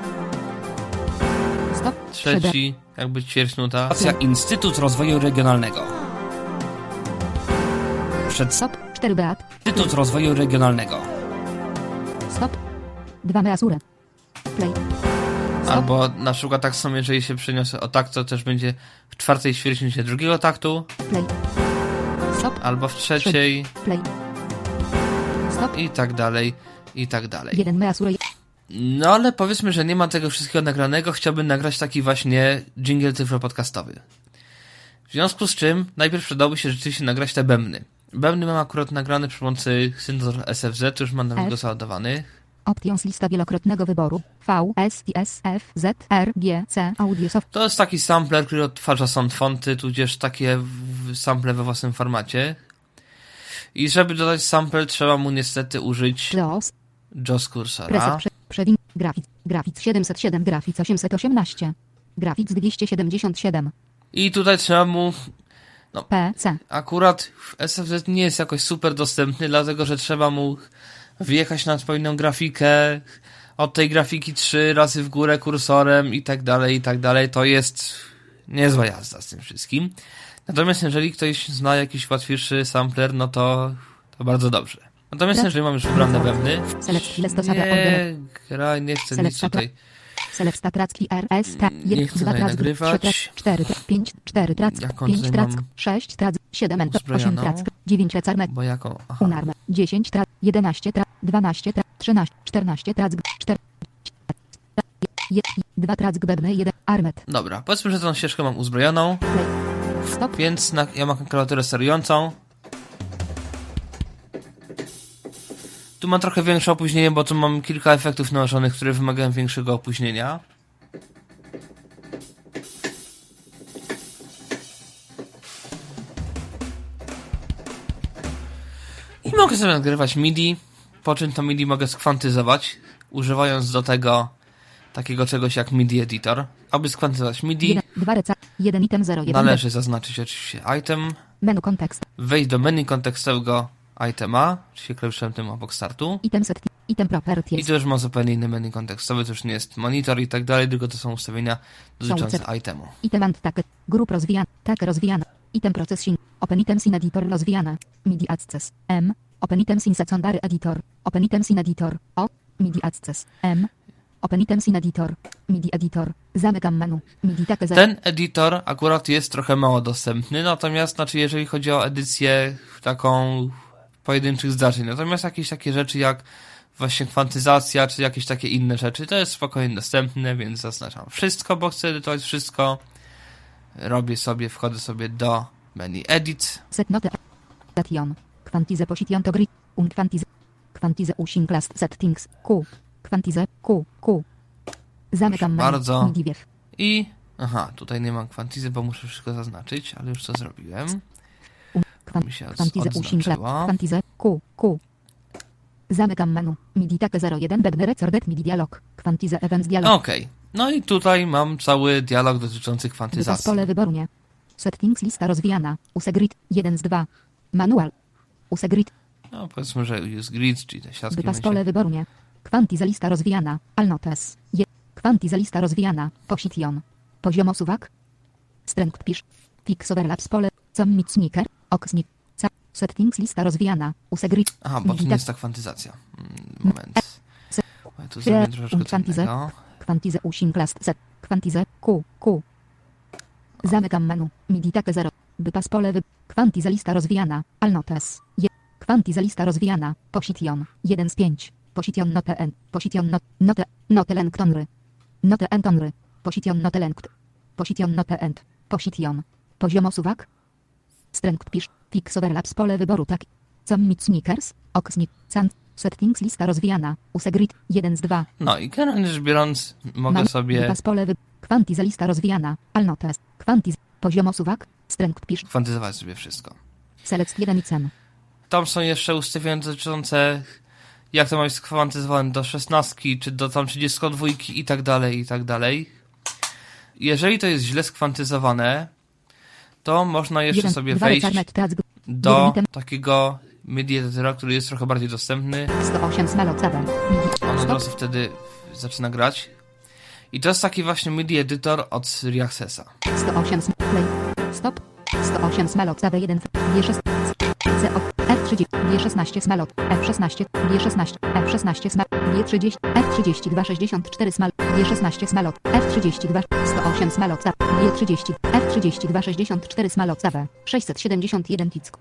Speaker 4: Stop.
Speaker 3: Trzeci, jakby ćwierćnuta. Fundacja Instytut Rozwoju Regionalnego.
Speaker 4: Stop. 4 beat.
Speaker 3: Instytut Rozwoju Regionalnego.
Speaker 4: Stop. 2 measure. Play. Stop.
Speaker 3: Albo na przykład tak samo, jeżeli się przeniosę o takt, to też będzie w czwartej ćwierćnucie drugiego taktu.
Speaker 4: Play. Stop.
Speaker 3: Albo w trzeciej.
Speaker 4: Play. Stop.
Speaker 3: I tak dalej, i tak dalej.
Speaker 4: 1 measure.
Speaker 3: No ale powiedzmy, że nie ma tego wszystkiego nagranego. Chciałbym nagrać taki właśnie jingle Tyflo podcastowy. W związku z czym najpierw przydałoby się rzeczywiście nagrać te bębny. Bębny mam akurat nagrane przy pomocy syntezator SFZ, już mam na niego załadowany.
Speaker 4: Options lista wielokrotnego wyboru. V, S, T, S, F, Z, R, G, C, Audio Soft.
Speaker 3: To jest taki sampler, który odtwarza sound fonty, tudzież takie sample we własnym formacie. I żeby dodać sample, trzeba mu niestety użyć JAWS kursora.
Speaker 4: Preset, przewin, Graphics 707, Graphics 818, Graphics 277.
Speaker 3: I tutaj trzeba mu... No,
Speaker 4: PC.
Speaker 3: akurat w SFZ nie jest jakoś super dostępny, dlatego że trzeba mu wjechać na odpowiednią grafikę, od tej grafiki 3 razy w górę kursorem i tak dalej, i tak dalej. To jest niezła jazda z tym wszystkim. Natomiast jeżeli ktoś zna jakiś łatwiejszy sampler, no to bardzo dobrze. Natomiast jeżeli mam już wybrane bębny... Nie chcę nic tutaj...
Speaker 4: Select tracki RS,
Speaker 3: Nie chcę tutaj nagrywać.
Speaker 4: 4, 5, 4 track, 5 track, 6 track, 7 enter, 8 track, 9 recarnet,
Speaker 3: Bo jaką?
Speaker 4: unarme, 10 track, 11 track, 12 track, 13, 14 track, 4, 2 track, gbebny, 1, armet.
Speaker 3: Dobra, powiedzmy, że tą ścieżkę mam uzbrojoną,
Speaker 4: Stop.
Speaker 3: więc ja mam klawiaturę sterującą. Tu mam trochę większe opóźnienie, bo tu mam kilka efektów nałożonych, które wymagają większego opóźnienia. I mogę sobie nagrywać MIDI, po czym to MIDI mogę skwantyzować, używając do tego takiego czegoś jak MIDI Editor. Aby skwantyzować MIDI,
Speaker 4: 1 item 0, 1
Speaker 3: należy zaznaczyć oczywiście item,
Speaker 4: menu kontekst,
Speaker 3: wejść do menu kontekstowego itema, czyli klawiszem tym obok startu.
Speaker 4: item set, item
Speaker 3: I
Speaker 4: properties,
Speaker 3: to już ma zupełnie inny menu kontekstowy, to już nie jest monitor i tak dalej, tylko to są ustawienia dotyczące itemu.
Speaker 4: item and tag, grup rozwijana, tag rozwijana, item processing, open items in editor rozwijana, MIDI access, M, open items in secondary editor, open items in editor, O, MIDI access, M, open items in editor, MIDI editor, zamykam menu, MIDI tag 0.
Speaker 3: Ten editor akurat jest trochę mało dostępny, natomiast jeżeli chodzi o edycję taką pojedynczych zdarzeń, natomiast jakieś takie rzeczy jak właśnie kwantyzacja, czy jakieś takie inne rzeczy, to jest spokojnie dostępne, więc zaznaczam wszystko, bo chcę edytować wszystko. Wchodzę sobie do menu Edit.
Speaker 4: Set note station. Quantize position to grid. Quantize using class settings. Q. Quantize Q. Zamykam menu.
Speaker 3: Bardzo.
Speaker 4: MIDI wiew.
Speaker 3: I tutaj nie mam kwantizy, bo muszę wszystko zaznaczyć, ale już to zrobiłem. Mi się
Speaker 4: Quantize using class.
Speaker 3: odznaczyło.
Speaker 4: Quantize Q. Zamykam menu. MIDI tag 01 Begner recorded MIDI dialog. Quantize events dialog.
Speaker 3: Okej. No i tutaj mam cały dialog dotyczący
Speaker 4: Wypas
Speaker 3: kwantyzacji.
Speaker 4: pole wyboru nie. Settings lista rozwijana. Use grid 1 z 2. Manual. Use grid.
Speaker 3: No powiedzmy, że use grid, czyli te siatki.
Speaker 4: Wypas
Speaker 3: będzie.
Speaker 4: pole wyboru nie. Quantize lista rozwijana. Alnotes. Quantize lista rozwijana. Position. Poziom osuwak. Strength pisz. Fix overlaps pole. Commit sneaker. Oksnik. Settings lista rozwijana. Use grid.
Speaker 3: Aha, bo to nie jest ta kwantyzacja. Moment. Ja tu zrobię troszeczkę co innego.
Speaker 4: Quantize using class set. Quantize Q. Zamykam menu. MIDI tag 0. Wypas pole Quantize lista rozwijana. Alnotes. Quantize lista rozwijana. Position. 1 z 5. Position note n. Position note length onry. Note end onry. Position note length. Position note end. Position. Poziom osuwak. Strength pisz. Fix overlaps pole wyboru tak. Commit sneakers. Oksnik. Settings lista rozwijana. Use grid 1 z 2.
Speaker 3: No i generalnie rzecz biorąc, mogę sobie
Speaker 4: Wypas pole Quantize lista rozwijana. Alnotes. Quantize. Poziom osuwak. Strength pisz.
Speaker 3: kwantyzować sobie wszystko.
Speaker 4: Select 1 i cen.
Speaker 3: Tam są jeszcze ustawienia dotyczące jak to ma być skwantyzowane do 16, czy do tam 32 i tak dalej, i tak dalej. Jeżeli to jest źle skwantyzowane, to można jeszcze sobie wejść do takiego MIDI editora, który jest trochę bardziej dostępny.
Speaker 4: 108 smalot zaber.
Speaker 3: On od razu wtedy zaczyna grać. I to jest taki właśnie MIDI editor od Reaccessa.
Speaker 4: 108 play. Stop. 108 smalot zaber 1 G6 F30 G16 smalot F16 G16 F16 smalot G30 F32 64 smalot G16 smalot F32 108 smalot zaber G30 F32 64 smalot zaber 671 tick.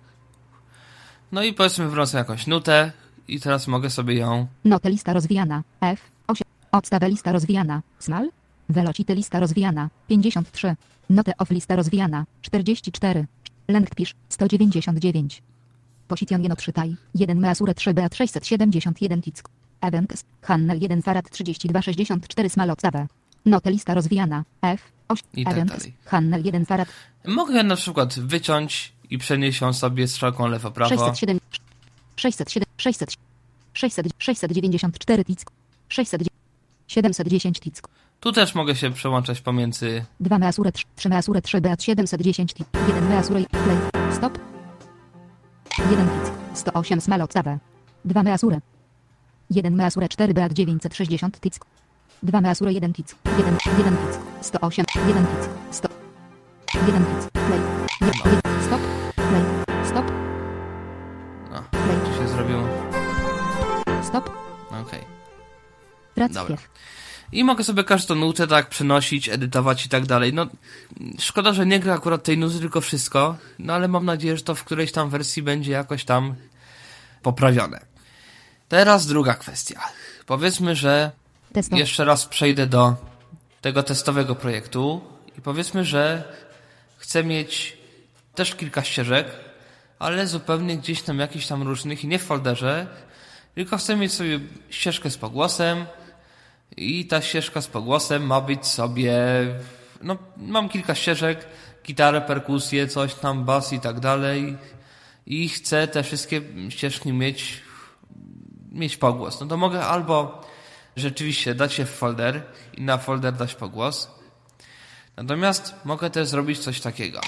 Speaker 3: No i powiedzmy wracam jakąś nutę i teraz mogę sobie ją...
Speaker 4: Note lista rozwijana. F8. Odstawę lista rozwijana. Smal. Velocity lista rozwijana. 53. Note off lista rozwijana. 44. Length pisz. 199. Position jeno przytaj. 1 measure 3 beat 671 tick. Events. Hannel 1 farad 32 64 smalot zabe. Note lista rozwijana. F8.
Speaker 3: I tak
Speaker 4: Events.
Speaker 3: dalej.
Speaker 4: Hannel 1 farad.
Speaker 3: Mogę na przykład wyciąć i przenieść ją sobie strzałką lewo-prawo.
Speaker 4: 694 tick. 710 tick.
Speaker 3: Tu też mogę się przełączać pomiędzy...
Speaker 4: 2 measure 3 measure 3 beat 710 tick. 1 measure play. Stop. 1 tick. 108 smalot zabe. 2 measure. 1 measure 4 beat 960 tick. 2 measure 1 tick. 1 tick. 108 1 tick. 100. 1 tick. Play. Stop. Play. Stop.
Speaker 3: No,
Speaker 4: Play.
Speaker 3: czy się zrobił?
Speaker 4: Stop.
Speaker 3: Okej.
Speaker 4: Prac
Speaker 3: Dobra.
Speaker 4: śpiew.
Speaker 3: I mogę sobie każdą nutę tak przenosić, edytować i tak dalej. No, szkoda, że nie gra akurat tej nuty, tylko wszystko. No, ale mam nadzieję, że to w którejś tam wersji będzie jakoś tam poprawione. Teraz druga kwestia. Powiedzmy, że
Speaker 4: Testo.
Speaker 3: jeszcze raz przejdę do tego testowego projektu i powiedzmy, że chcę mieć też kilka ścieżek, ale zupełnie gdzieś tam jakichś tam różnych i nie w folderze, tylko chcę mieć sobie ścieżkę z pogłosem i ta ścieżka z pogłosem ma być sobie, no mam kilka ścieżek, gitarę, perkusję, coś tam, bas i tak dalej i chcę te wszystkie ścieżki mieć pogłos. No to mogę albo rzeczywiście dać je w folder i na folder dać pogłos. Natomiast mogę też zrobić coś takiego.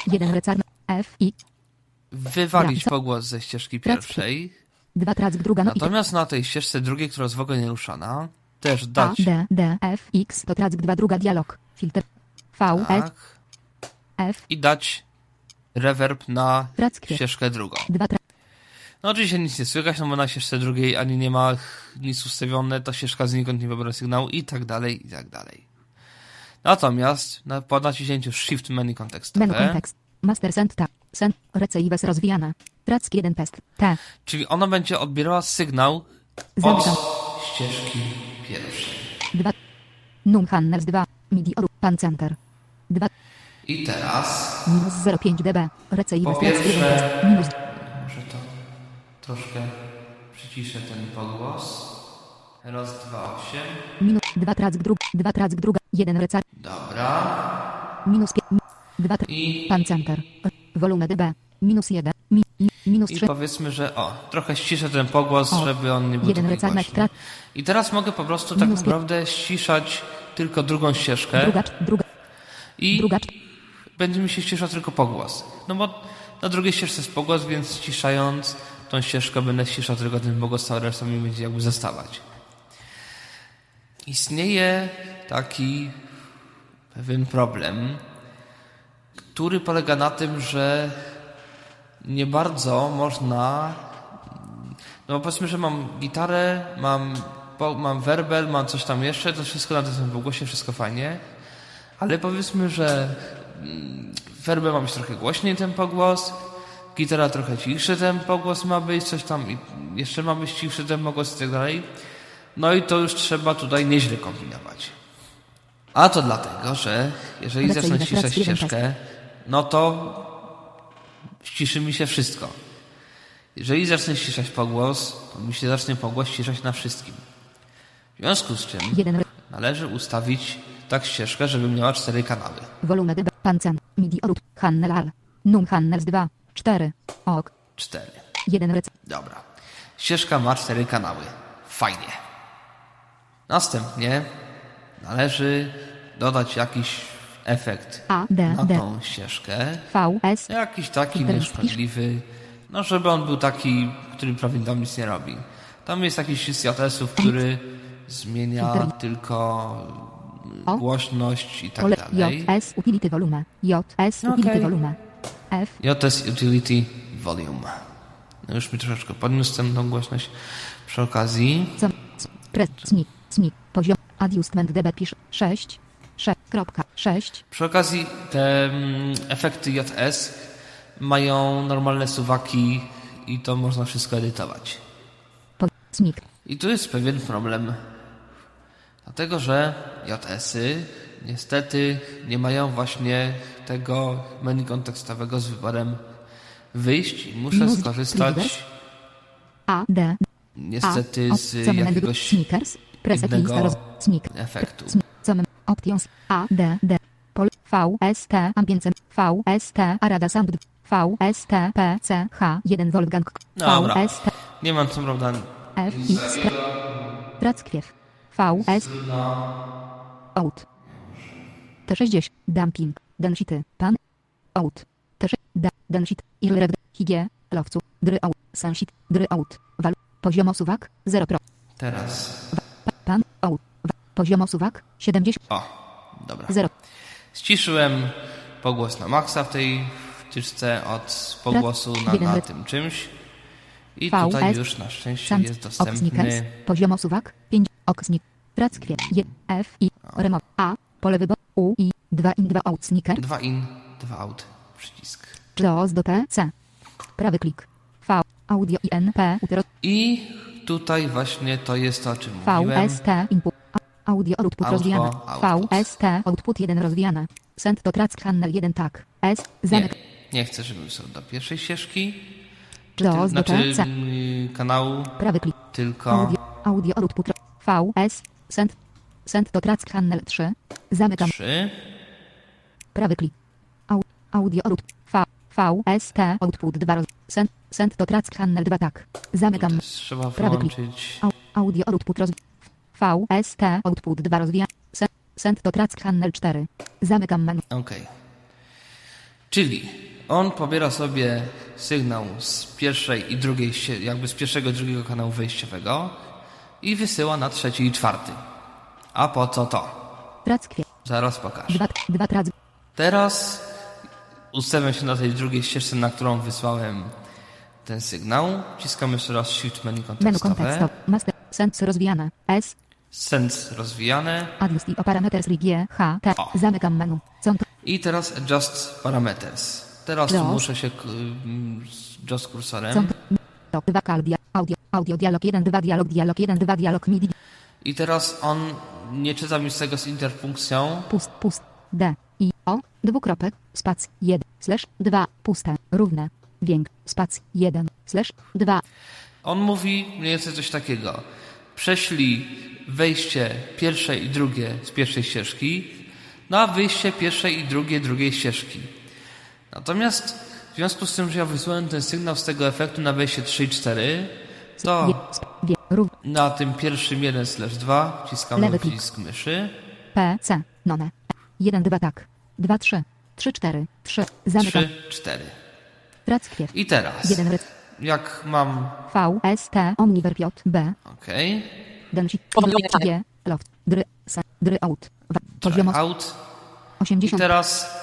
Speaker 3: Wywalić pogłos ze ścieżki pierwszej. Natomiast na tej ścieżce drugiej, która jest w ogóle nieruszana, też dać...
Speaker 4: F, to track 2 druga dialog. Filtr. V, F.
Speaker 3: I dać reverb na ścieżkę drugą. No oczywiście nic nie słychać, no bo na ścieżce drugiej ani nie ma nic ustawione, ta ścieżka znikąd nie wybiera sygnału i tak dalej, i tak dalej. Natomiast po naciśnięciu Shift menu kontekstowe...
Speaker 4: Menu kontekst. Master send tab. Send. Receives rozwijane. Track 1 test. T.
Speaker 3: Czyli ona będzie odbierała sygnał od ścieżki pierwszej.
Speaker 4: 2. Num Handels 2. MIDI or Pan Center. 2.
Speaker 3: I teraz...
Speaker 4: Minus 0,5 dB. Receives
Speaker 3: po pierwsze...
Speaker 4: minus...
Speaker 3: Może to troszkę przyciszę ten pogłos. Raz, 2, 8.
Speaker 4: Minus 2 track druga. 1 recar.
Speaker 3: Dobra.
Speaker 4: Minus 5. 2
Speaker 3: I...
Speaker 4: Pan Center. Volume dB. Minus 1. Minus 3.
Speaker 3: I powiedzmy, że trochę ściszę ten pogłos, żeby on nie był taki głośny. I teraz mogę po prostu tak naprawdę ściszać tylko drugą ścieżkę. I będzie mi się ściszał tylko pogłos. No bo na drugiej ścieżce jest pogłos, więc ściszając tą ścieżkę będę ściszał tylko ten pogłos, cały reszta mi będzie jakby zostawać. Istnieje taki pewien problem, który polega na tym, że nie bardzo można... No powiedzmy, że mam gitarę, mam werbel, mam coś tam jeszcze, to wszystko na tym pogłosie, wszystko fajnie, ale powiedzmy, że werbel ma być trochę głośniej ten pogłos, gitara trochę cichszy ten pogłos ma być, coś tam jeszcze ma być cichszy ten pogłos i tak dalej. No i to już trzeba tutaj nieźle kombinować. A to dlatego, że jeżeli zacznę ściszać ścieżkę, no to ściszy mi się wszystko. Jeżeli zacznę ściszać pogłos, to mi się zacznie pogłos ściszać na wszystkim. W związku z czym należy ustawić tak ścieżkę, żeby miała 4 kanały.
Speaker 4: Volume dB, Pancen, MIDI orut, Hannel, Num Hannels 2, 4, OK.
Speaker 3: 4.
Speaker 4: 1 rec.
Speaker 3: Dobra. Ścieżka ma 4 kanały. Fajnie. Następnie należy dodać jakiś efekt na tą ścieżkę.
Speaker 4: VS.
Speaker 3: Jakiś taki nieszkodliwy, no żeby on był taki, który prawie tam nic nie robi. Tam jest jakiś JS-ów, który zmienia tylko głośność i tak dalej.
Speaker 4: JS Utility Volume. JS Utility Volume. F.
Speaker 3: JS Utility Volume. No już mi troszeczkę podniósł tę głośność przy okazji.
Speaker 4: Snik. Poziom. Adjustment dB pisz 6. 6.6.
Speaker 3: Przy okazji te efekty JS mają normalne suwaki i to można wszystko edytować. I tu jest pewien problem. Dlatego, że JS-y niestety nie mają właśnie tego menu kontekstowego z wyborem wyjść i muszę skorzystać niestety z jakiegoś innego efektu.
Speaker 4: Options ADD Pol VST Ambience VST Arada Sound VST PCH 1 Wolfgang VST.
Speaker 3: Nie mam co prawda
Speaker 4: FX Trackwiew VS Out T60 Dumping Density Pan Out T6 Density Ilreg Higie Lowcu Dry Out Sensit Dry Out Poziomo suwak 0 Pro.
Speaker 3: Teraz
Speaker 4: Pan Out Poziomo suwak 70.
Speaker 3: Dobra.
Speaker 4: 0.
Speaker 3: Ściszyłem pogłos na maksa w tej wtyczce od pogłosu na tym czymś. I tutaj już na szczęście jest dostępny
Speaker 4: poziomo suwak 5 oksnik Trackwiew F I remove A pole wyboru U I 2 in 2 out snicker
Speaker 3: 2 in 2 out przycisk.
Speaker 4: JOS do TC prawy klik V audio INP
Speaker 3: i tutaj właśnie to jest to, o czym mówiłem.
Speaker 4: VST input audio output rozwijane VST output 1 rozwijane send to track channel 1 tak S zamek.
Speaker 3: Nie chcę, żeby wysłał do pierwszej ścieżki
Speaker 4: znaczy
Speaker 3: kanału
Speaker 4: prawy klik
Speaker 3: tylko
Speaker 4: audio output VS send to track channel 3 zamykam
Speaker 3: 3
Speaker 4: prawy klik audio output VST output 2 send to track channel 2 tak. Zamykam.
Speaker 3: Trzeba
Speaker 4: Prawy klik.
Speaker 3: wyłączyć.
Speaker 4: Audio output VST output 2 rozwija. Send to track channel 4. Zamykam menu.
Speaker 3: Okej. Czyli on pobiera sobie sygnał z pierwszej i drugiej, jakby z pierwszego i drugiego kanału wejściowego i wysyła na trzeci i czwarty. A po co to?
Speaker 4: Track
Speaker 3: Zaraz pokażę.
Speaker 4: 2 track.
Speaker 3: Teraz ustawiam się na tej drugiej ścieżce, na którą wysłałem ten sygnał. Wciskam jeszcze raz Shift menu
Speaker 4: Menu
Speaker 3: kontekstowe.
Speaker 4: kontekst. Master. Send rozwijane. S.
Speaker 3: Send rozwijane.
Speaker 4: Adjust i parameters G. H. T.
Speaker 3: O.
Speaker 4: Zamykam menu.
Speaker 3: I teraz Adjust Parameters. Teraz tu
Speaker 4: Close.
Speaker 3: muszę się adjust kursorem.
Speaker 4: Sąd. 2 kaldia. Audio dialog 1 2 dialog 1 2 dialog MIDI.
Speaker 3: I teraz on nie czyta mi z tego z interfunkcją.
Speaker 4: Pust. D. I. O. Dwukropek. Spac. 1. Slash. 2. Puste. Równe. Więk. Spac. 1. Slash. 2.
Speaker 3: On mówi mniej więcej coś takiego. Prześlij wejście pierwsze i drugie z pierwszej ścieżki na wyjście pierwszej i drugiej ścieżki. Natomiast w związku z tym, że ja wysłałem ten sygnał z tego efektu na wejście 3 i 4, to na tym pierwszym 1/2 wciskamy
Speaker 4: Lewy klik.
Speaker 3: przycisk myszy.
Speaker 4: P. C. None. 1 2 tak. 2 3. 3 4. 3. Zamykam.
Speaker 3: 3, 4.
Speaker 4: Track kwiat.
Speaker 3: I teraz,
Speaker 4: 1 rec.
Speaker 3: jak mam...
Speaker 4: V. S. T. Omniver J. B.
Speaker 3: Okej.
Speaker 4: Densi. G. Loft. Dry. S. Dry out. Poziom
Speaker 3: Out. I
Speaker 4: 80.
Speaker 3: teraz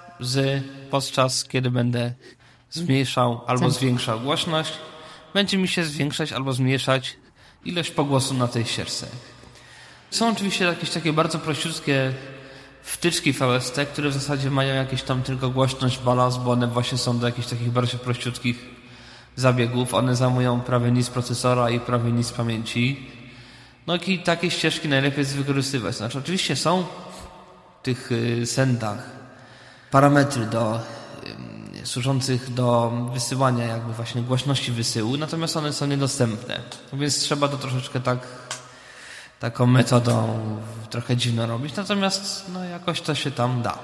Speaker 3: podczas kiedy będę zmniejszał albo zwiększał głośność, będzie mi się zwiększać albo zmniejszać ilość pogłosu na tej ścieżce. Są oczywiście jakieś takie bardzo prościutkie wtyczki VST, które w zasadzie mają jakieś tam tylko głośność, balans, bo one właśnie są do jakichś takich bardzo prościutkich zabiegów. One zajmują prawie nic procesora i prawie nic pamięci. No i takie ścieżki najlepiej jest wykorzystywać. Znaczy oczywiście są w tych sendach parametry służących do wysyłania jakby właśnie głośności wysyłu, natomiast one są niedostępne. Więc trzeba to troszeczkę taką metodą trochę dziwno robić, natomiast no jakoś to się tam da.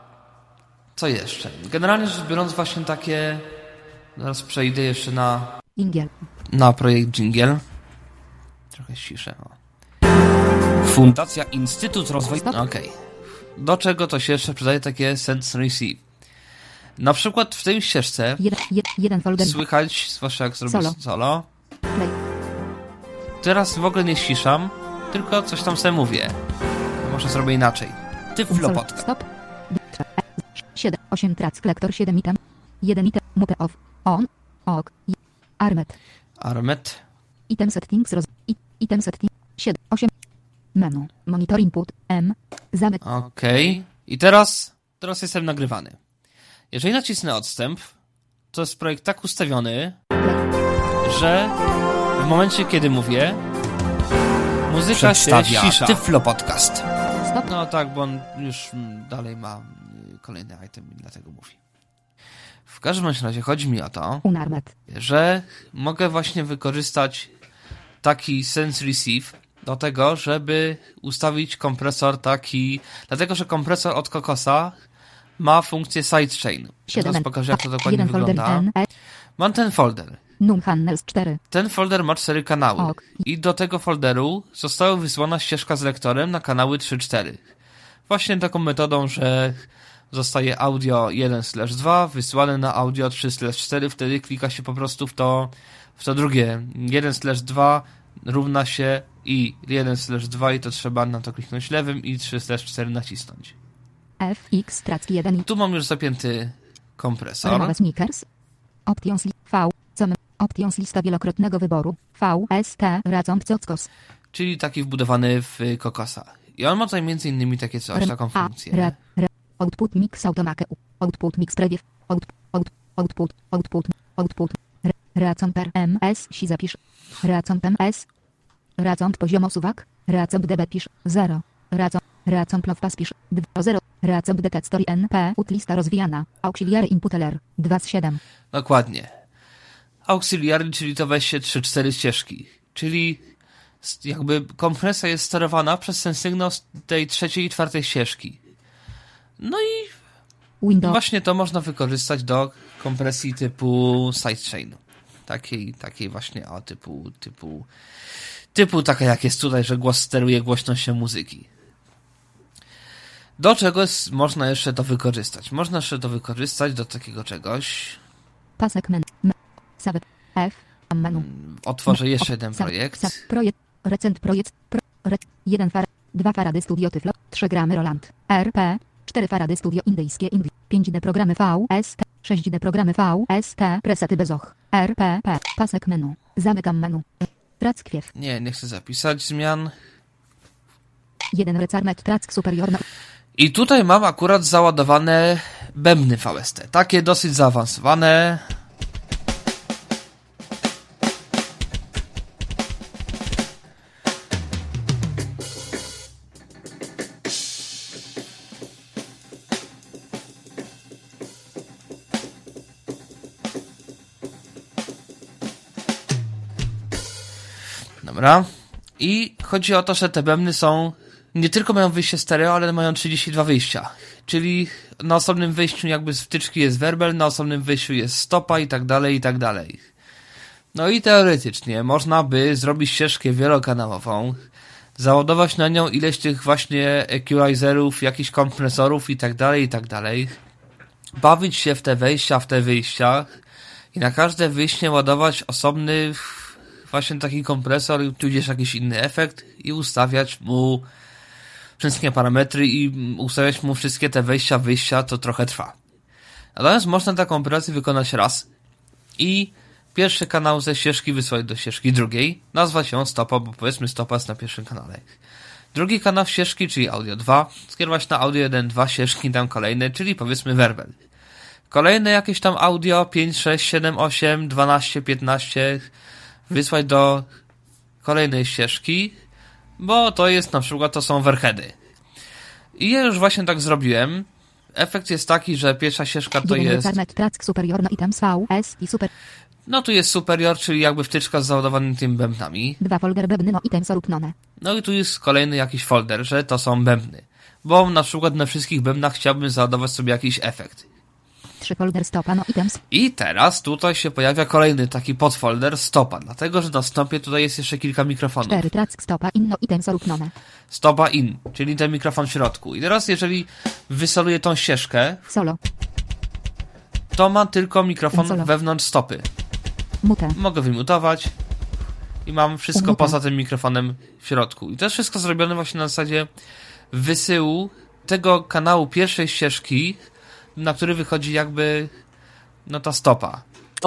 Speaker 3: Co jeszcze? Generalnie rzecz biorąc właśnie takie, zaraz przejdę jeszcze na projekt Jingle. Trochę ściszę. Fundacja Instytut Rozwoju... Okej. Do czego to się jeszcze przydaje takie Send Receive? Na przykład w tej ścieżce
Speaker 4: jeden folder.
Speaker 3: Słychać, zwłaszcza jak zrobię solo.
Speaker 4: Play.
Speaker 3: Teraz w ogóle nie ściszam, tylko coś tam sobie mówię. Może zrobię inaczej. Tyflo podcast.
Speaker 4: Stop. 7, 8 track, lektor 7 item. 1 item, mute off, on, ok, Armet. Item settings, item settings, 7, 8. Menu, monitor input, M, zamek.
Speaker 3: Okej. I teraz jestem nagrywany. Jeżeli nacisnę odstęp, to jest projekt tak ustawiony, że w momencie, kiedy mówię, muzyka się cisza. Tyflo podcast.
Speaker 4: Stop.
Speaker 3: No tak, bo on już dalej ma kolejny item i dlatego mówi. W każdym razie chodzi mi o to, że mogę właśnie wykorzystać taki Sense Receive do tego, żeby ustawić kompresor taki, dlatego że kompresor od Kokosa ma funkcję sidechain. Teraz pokażę, jak to dokładnie wygląda. Mam ten folder.
Speaker 4: Numhandles 4.
Speaker 3: Ten folder ma 4 kanały. I do tego folderu została wysłana ścieżka z lektorem na kanały 3-4. Właśnie taką metodą, że zostaje audio 1/2 wysłane na audio 3/4. Wtedy klika się po prostu w to drugie. 1/2 równa się i 1/2 i to trzeba na to kliknąć lewym i 3/4 nacisnąć.
Speaker 4: FX track 1.
Speaker 3: Tu mam już zapięty kompresor.
Speaker 4: Sneakers. Options V. Options lista wielokrotnego wyboru. VST Racąd Cockos.
Speaker 3: Czyli taki wbudowany w Kokosa. I on ma tutaj między innymi takie coś, taką funkcję.
Speaker 4: Output mix automake. Output mix preview. Output. Racąd per MS si zapisz. Racąd MS. Racąd poziomo suwak. Racąd db pisz 0. Racąd love pisz 2.0. Racąd detect story np. Lista rozwijana. Auxiliary input LR 2/7.
Speaker 3: Dokładnie. Auxiliary, czyli to weźcie 3-4 ścieżki. Czyli jakby kompresja jest sterowana przez ten sygnał z tej 3. i 4. ścieżki. No i
Speaker 4: Windows.
Speaker 3: Właśnie to można wykorzystać do kompresji typu sidechain. Takiej właśnie, typu taka jak jest tutaj, że głos steruje głośnością muzyki. Do czego można jeszcze to wykorzystać? Można jeszcze to wykorzystać do takiego czegoś.
Speaker 4: Pasek menu. Save. F. Menu.
Speaker 3: Otworzę jeszcze jeden projekt.
Speaker 4: Projekt. Recent projekt. 1 farad. 2 farady Studio Tyflo. 3 gramy Roland. RP. 4 farady Studio Indyjskie Indie. 5D programy VST. 6D programy VST. Presety bez och. RPP. Pasek menu. Zamykam menu. Trackwiew.
Speaker 3: Nie chcę zapisać zmian.
Speaker 4: 1 recarmet track superior.
Speaker 3: I tutaj mam akurat załadowane bębny VST. Takie dosyć zaawansowane. Dobra. I chodzi o to, że te bębny są, nie tylko mają wyjście stereo, ale mają 32 wyjścia. Czyli na osobnym wyjściu jakby z wtyczki jest werbel, na osobnym wyjściu jest stopa i tak dalej, i tak dalej. No i teoretycznie można by zrobić ścieżkę wielokanałową, załadować na nią ileś tych właśnie equalizerów, jakichś kompresorów i tak dalej, bawić się w te wejścia, w te wyjścia i na każde wyjście ładować osobny właśnie taki kompresor, tudzież jakiś inny efekt i ustawiać mu wszystkie parametry i ustawiać mu wszystkie te wejścia, wyjścia, to trochę trwa. Natomiast można taką operację wykonać raz i pierwszy kanał ze ścieżki wysłać do ścieżki drugiej, nazwać ją stopa, bo powiedzmy stopa jest na pierwszym kanale. Drugi kanał ścieżki, czyli audio 2, skierować na audio 1, 2 ścieżki, tam kolejne, czyli powiedzmy werbel. Kolejne jakieś tam audio 5, 6, 7, 8, 12, 15 wysłać do kolejnej ścieżki, bo to jest na przykład, to są overheady. I ja już właśnie tak zrobiłem. Efekt jest taki, że pierwsza ścieżka to jest...
Speaker 4: superior, no items VS i super.
Speaker 3: No tu jest superior, czyli jakby wtyczka z załadowanymi tymi bębnami.
Speaker 4: 2 folder bębny, no items lub none.
Speaker 3: No i tu jest kolejny jakiś folder, że to są bębny. Bo na przykład na wszystkich bębnach chciałbym załadować sobie jakiś efekt.
Speaker 4: 3 folder stopa, no items.
Speaker 3: I teraz tutaj się pojawia kolejny taki podfolder stopa, dlatego że na stopie tutaj jest jeszcze kilka mikrofonów.
Speaker 4: 4 track stopa in, no items lub none.
Speaker 3: Stopa in, czyli ten mikrofon w środku. I teraz jeżeli wysoluję tą ścieżkę,
Speaker 4: Solo.
Speaker 3: to ma tylko mikrofon
Speaker 4: Solo.
Speaker 3: wewnątrz stopy.
Speaker 4: Mute.
Speaker 3: Mogę wymutować i mam wszystko
Speaker 4: Mute.
Speaker 3: poza tym mikrofonem w środku. I to jest wszystko zrobione właśnie na zasadzie wysyłu tego kanału pierwszej ścieżki, na który wychodzi jakby no ta stopa.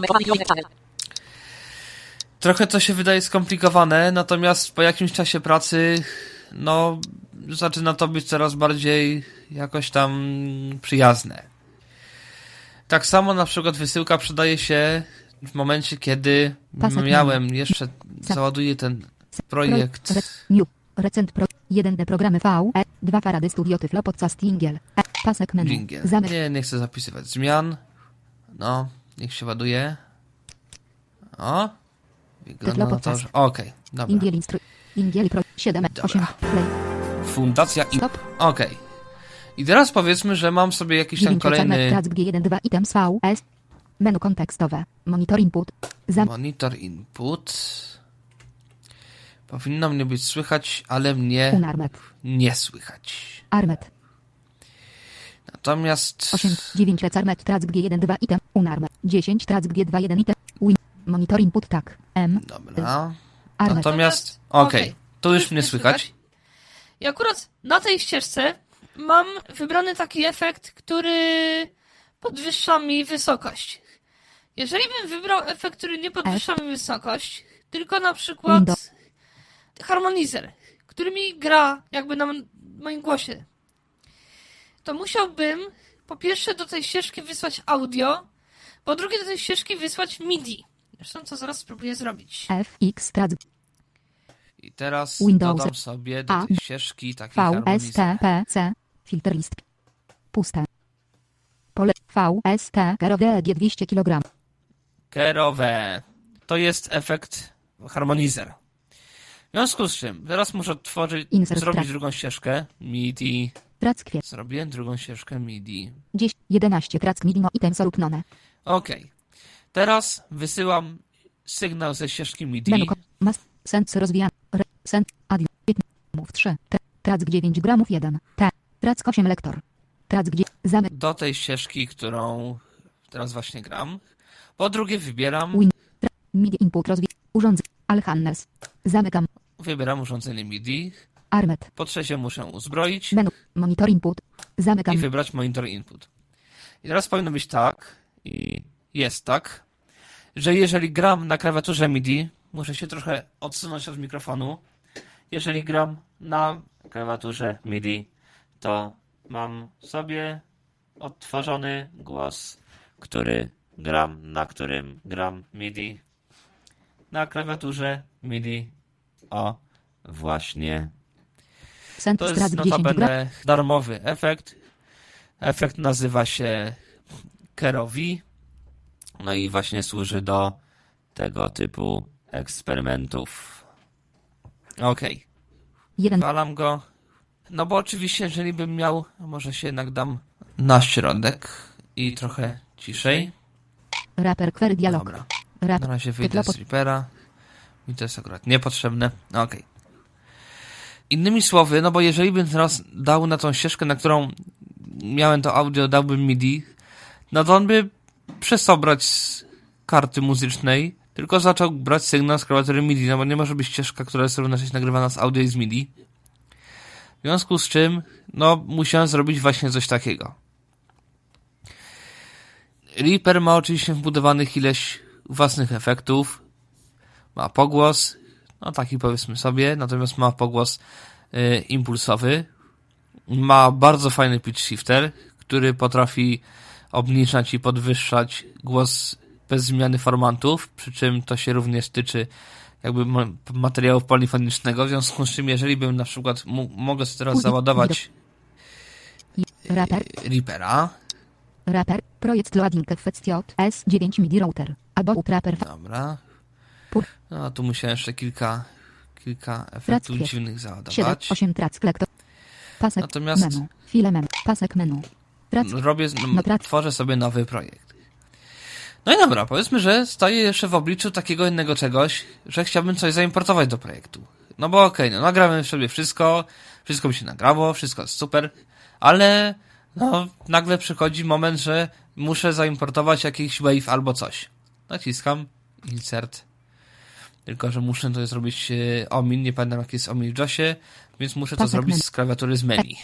Speaker 3: Trochę to się wydaje skomplikowane, natomiast po jakimś czasie pracy no zaczyna to być coraz bardziej jakoś tam przyjazne. Tak samo na przykład wysyłka przydaje się w momencie, kiedy miałem jeszcze, załaduję ten projekt.
Speaker 4: Recent pro 1D programy VE 2 farady Studio Tyflo podcast Jingle. Pasek menu.
Speaker 3: Jingle. Nie chcę zapisywać zmian. No, niech się ładuje. O, wygląda na to, że... Okej, dobra.
Speaker 4: Jingle pro 7, 8, play.
Speaker 3: Fundacja i...
Speaker 4: Stop.
Speaker 3: Okej. I teraz powiedzmy, że mam sobie jakiś tam kolejny...
Speaker 4: G1, 2 items VS. Menu kontekstowe. Monitor input.
Speaker 3: Monitor input. Powinno mnie być słychać, ale mnie
Speaker 4: Unarmet.
Speaker 3: nie słychać.
Speaker 4: Armet.
Speaker 3: Natomiast...
Speaker 4: 8, 9 recarmet track G1, 2 item. Unarmet. 10 track G2, 1 item. Win. Monitor input tak. M.
Speaker 3: Dobra.
Speaker 4: Armet.
Speaker 3: Natomiast... Okej. Tu już mnie słychać.
Speaker 5: I akurat na tej ścieżce mam wybrany taki efekt, który podwyższa mi wysokość. Jeżeli bym wybrał efekt, który nie podwyższa mi wysokość, tylko na przykład harmonizer, który mi gra jakby na moim głosie, to musiałbym po pierwsze do tej ścieżki wysłać audio, po drugie do tej ścieżki wysłać MIDI. Zresztą co zaraz spróbuję zrobić.
Speaker 4: FX track.
Speaker 3: I teraz
Speaker 4: Windows.
Speaker 3: dodam sobie do tej ścieżki taki harmonizer.
Speaker 4: VSTPC. Filter list. Puste. Pole VST kerowe G200 kg.
Speaker 3: Kerowe. To jest efekt harmonizer. W związku z czym teraz muszę zrobić drugą ścieżkę. MIDI.
Speaker 4: Track kwiat.
Speaker 3: Zrobiłem drugą ścieżkę MIDI.
Speaker 4: 10, 11 track MIDI no item solupnone.
Speaker 3: Okej. Teraz wysyłam sygnał ze ścieżki MIDI.
Speaker 4: Menu mas send rozwijany. Send add 15 mów 3. Track 9 gramów 1. Track 8 lektor. Track gdzie zamyk.
Speaker 3: Do tej ścieżki, którą teraz właśnie gram. Po drugie wybieram
Speaker 4: MIDI input urządzenie. Alhannes. Zamykam.
Speaker 3: Wybieram urządzenie MIDI.
Speaker 4: Armet.
Speaker 3: Po trzecie muszę uzbroić
Speaker 4: Menu. Monitor input. Zamykam.
Speaker 3: i wybrać monitor input. I teraz powinno być tak, i jest tak, że jeżeli gram na klawiaturze MIDI, muszę się trochę odsunąć od mikrofonu. Jeżeli gram na klawiaturze MIDI, to mam sobie odtworzony głos, na którym gram MIDI. Na klawiaturze MIDI. O, właśnie.
Speaker 4: Send
Speaker 3: To
Speaker 4: track
Speaker 3: jest
Speaker 4: 10 gram.
Speaker 3: notabene darmowy efekt. Efekt nazywa się Kerowi. No i właśnie służy do tego typu eksperymentów. Okej.
Speaker 4: 1.
Speaker 3: Walam go. No bo oczywiście, jeżeli bym miał, może się jednak dam na środek i trochę ciszej.
Speaker 4: Rapper query dialog.
Speaker 3: Dobra.
Speaker 4: Rap.
Speaker 3: Na razie wyjdę z Reapera. Mi to jest akurat niepotrzebne. Okej. Innymi słowy, no bo jeżeli bym teraz dał na tą ścieżkę, na którą miałem to audio, dałbym MIDI, no to on by przestał brać z karty muzycznej, tylko zaczął brać sygnał z klawiatury MIDI, no bo nie może być ścieżka, która jest równocześnie nagrywana z audio i z MIDI. W związku z czym, no, musiałem zrobić właśnie coś takiego. Reaper ma oczywiście wbudowanych ileś własnych efektów, ma pogłos, no taki powiedzmy sobie, natomiast ma pogłos impulsowy, ma bardzo fajny pitch shifter, który potrafi obniżać i podwyższać głos bez zmiany formantów, przy czym to się również tyczy jakby materiału polifonicznego, w związku z czym jeżeli bym na przykład mogę sobie teraz załadować Reapera.
Speaker 4: Rapper. Projekt loading kwestiot S9 MIDI router. Albo Rapper.
Speaker 3: Dobra. No tu musiałem jeszcze kilka efektów dziwnych
Speaker 4: 7,
Speaker 3: załadować.
Speaker 4: 8 track lektor. Pasek
Speaker 3: Natomiast
Speaker 4: menu. File menu. Pasek menu.
Speaker 3: Tworzę sobie nowy projekt. No i dobra, powiedzmy, że stoję jeszcze w obliczu takiego innego czegoś, że chciałbym coś zaimportować do projektu. No bo okej, no nagrałem sobie wszystko mi się nagrało, wszystko jest super, ale no nagle przychodzi moment, że muszę zaimportować jakiś wave albo coś. Naciskam insert. Tylko że muszę to zrobić omin, nie pamiętam jaki jest omin w JOSie, więc muszę to zrobić z klawiatury z menu.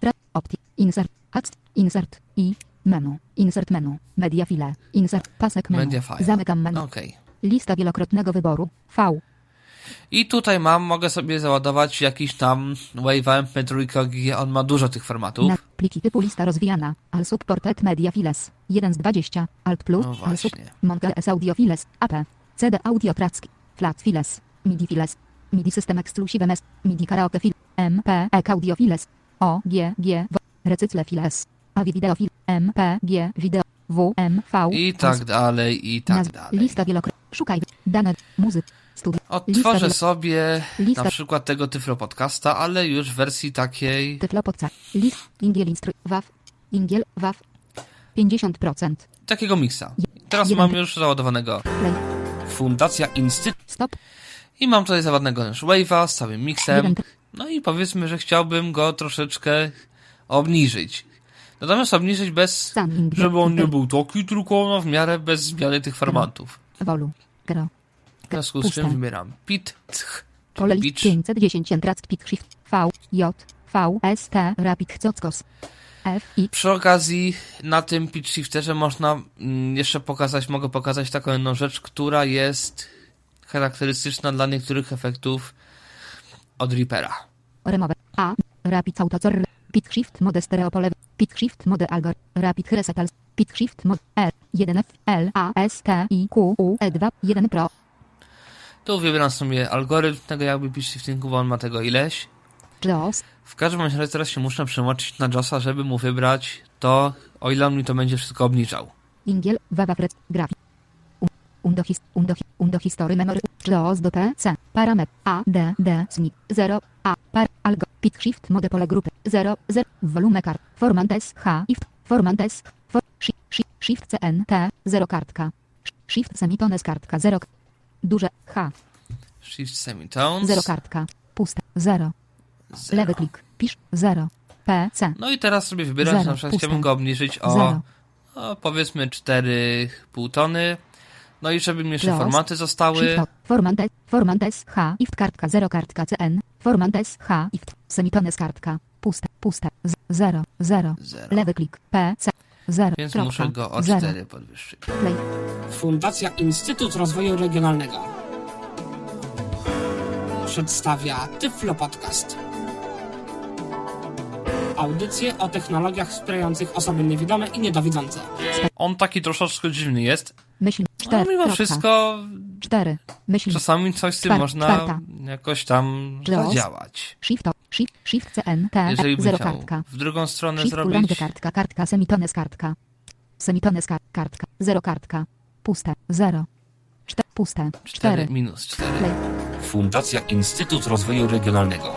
Speaker 4: Insert i menu. Insert menu. Media file. Insert pasek menu.
Speaker 3: Media file.
Speaker 4: Zamykam menu.
Speaker 3: Okej.
Speaker 4: Lista wielokrotnego wyboru. V.
Speaker 3: I tutaj mogę sobie załadować jakiś tam Wave MP3, on ma dużo tych formatów.
Speaker 4: Na pliki typu lista rozwijana. Al supported media files. 1 z 20. Alt plus.
Speaker 3: No
Speaker 4: Al sub.
Speaker 3: właśnie.
Speaker 4: Montel S audio files. AP. CD audio tracki. Flat files. MIDI files. MIDI system exclusive MS. MIDI karaoke file. MP. Audio files. O. G. G. W. Recycle files. AVI video file. MP. G. Video. W. M. V.
Speaker 3: I tak dalej, i tak dalej.
Speaker 4: Lista wielokrotna. Szukaj. Dane. Muzyk. Studio.
Speaker 3: Odtworzę sobie
Speaker 4: Lista.
Speaker 3: na przykład tego Tyflo Podcasta, ale już w wersji takiej...
Speaker 4: Tyflo podcast. List. Ingiel instru. WAV. Ingiel. WAV. 50%.
Speaker 3: Takiego miksa. Teraz
Speaker 4: Jeden.
Speaker 3: mam już załadowanego
Speaker 4: Play.
Speaker 3: Fundacja Instytut
Speaker 4: Stop.
Speaker 3: i mam tutaj załadowanego już Wave'a z całym miksem.
Speaker 4: 1.
Speaker 3: No i powiedzmy, że chciałbym go troszeczkę obniżyć. Natomiast obniżyć bez...
Speaker 4: Sound.
Speaker 3: żeby on nie był taki, tylko no, w miarę bez zmiany tych formantów.
Speaker 4: Wolu. Gro.
Speaker 3: W związku z czym wybieram Pit,
Speaker 4: Pole
Speaker 3: pitch.
Speaker 4: list 510 Track Pit Shift V J V S T Rapid Cockos F I.
Speaker 3: Przy okazji na tym pitch shifterze można jeszcze mogę pokazać taką jedną rzecz, która jest charakterystyczna dla niektórych efektów od Reapera.
Speaker 4: Remover A Rapid Autocor Pit Shift Mode Stereo Pole Pit Shift Mode Algor Rapid Resetals Pit Shift Mode R 1F L A S T I Q U E 2 1 Pro.
Speaker 3: Tu wybieram sobie algorytm tego jakby pitch shiftingu, bo on ma tego ileś.
Speaker 4: JAWS.
Speaker 3: W każdym razie teraz się muszę przełączyć na JAWSa, żeby mu wybrać to, o ile on mi to będzie wszystko obniżał.
Speaker 4: Ingiel Wawafret Grafik Undo History Memory JAWS do PC Parametr A D D SNI 0 A Par Algo. Pit shift mode pole grupy. 0. Volume kart. Format S. H. If. Format S. Shift CN. T. 0 kartka. Shift semitones kartka. 0. Duże. H.
Speaker 3: Shift semitones.
Speaker 4: 0 kartka. Puste. 0. Lewy klik. Pisz. 0. P. C.
Speaker 3: No i teraz sobie wybieram, że na przykład chciałbym go obniżyć o powiedzmy 4,5 tony. No i żeby mi jeszcze formaty zostały.
Speaker 4: Format S. H. If kartka. 0 kartka. CN. Format S. H. If. Semitones kartka. Puste. 0. Lewy klik. P. C. 0.
Speaker 3: Więc muszę go o 4 podwyższyć.
Speaker 4: Play.
Speaker 6: Fundacja Instytut Rozwoju Regionalnego przedstawia Tyflo Podcast. Audycje o technologiach wspierających osoby niewidome i niedowidzące.
Speaker 3: On taki troszeczkę dziwny jest.
Speaker 4: Myśl. 4.
Speaker 3: No mimo wszystko
Speaker 4: 4. Myśl.
Speaker 3: czasami coś z tym można jakoś tam zadziałać.
Speaker 4: Shift CN T.
Speaker 3: Jeżeli bym
Speaker 4: 0
Speaker 3: chciał
Speaker 4: kartka.
Speaker 3: w drugą stronę
Speaker 4: Shift
Speaker 3: zrobić.
Speaker 4: Kartka. Semitones kartka. Kartka. 0 kartka. Puste. 0. Puste.
Speaker 3: 4 minus 4.
Speaker 4: Play.
Speaker 7: Fundacja Instytut Rozwoju Regionalnego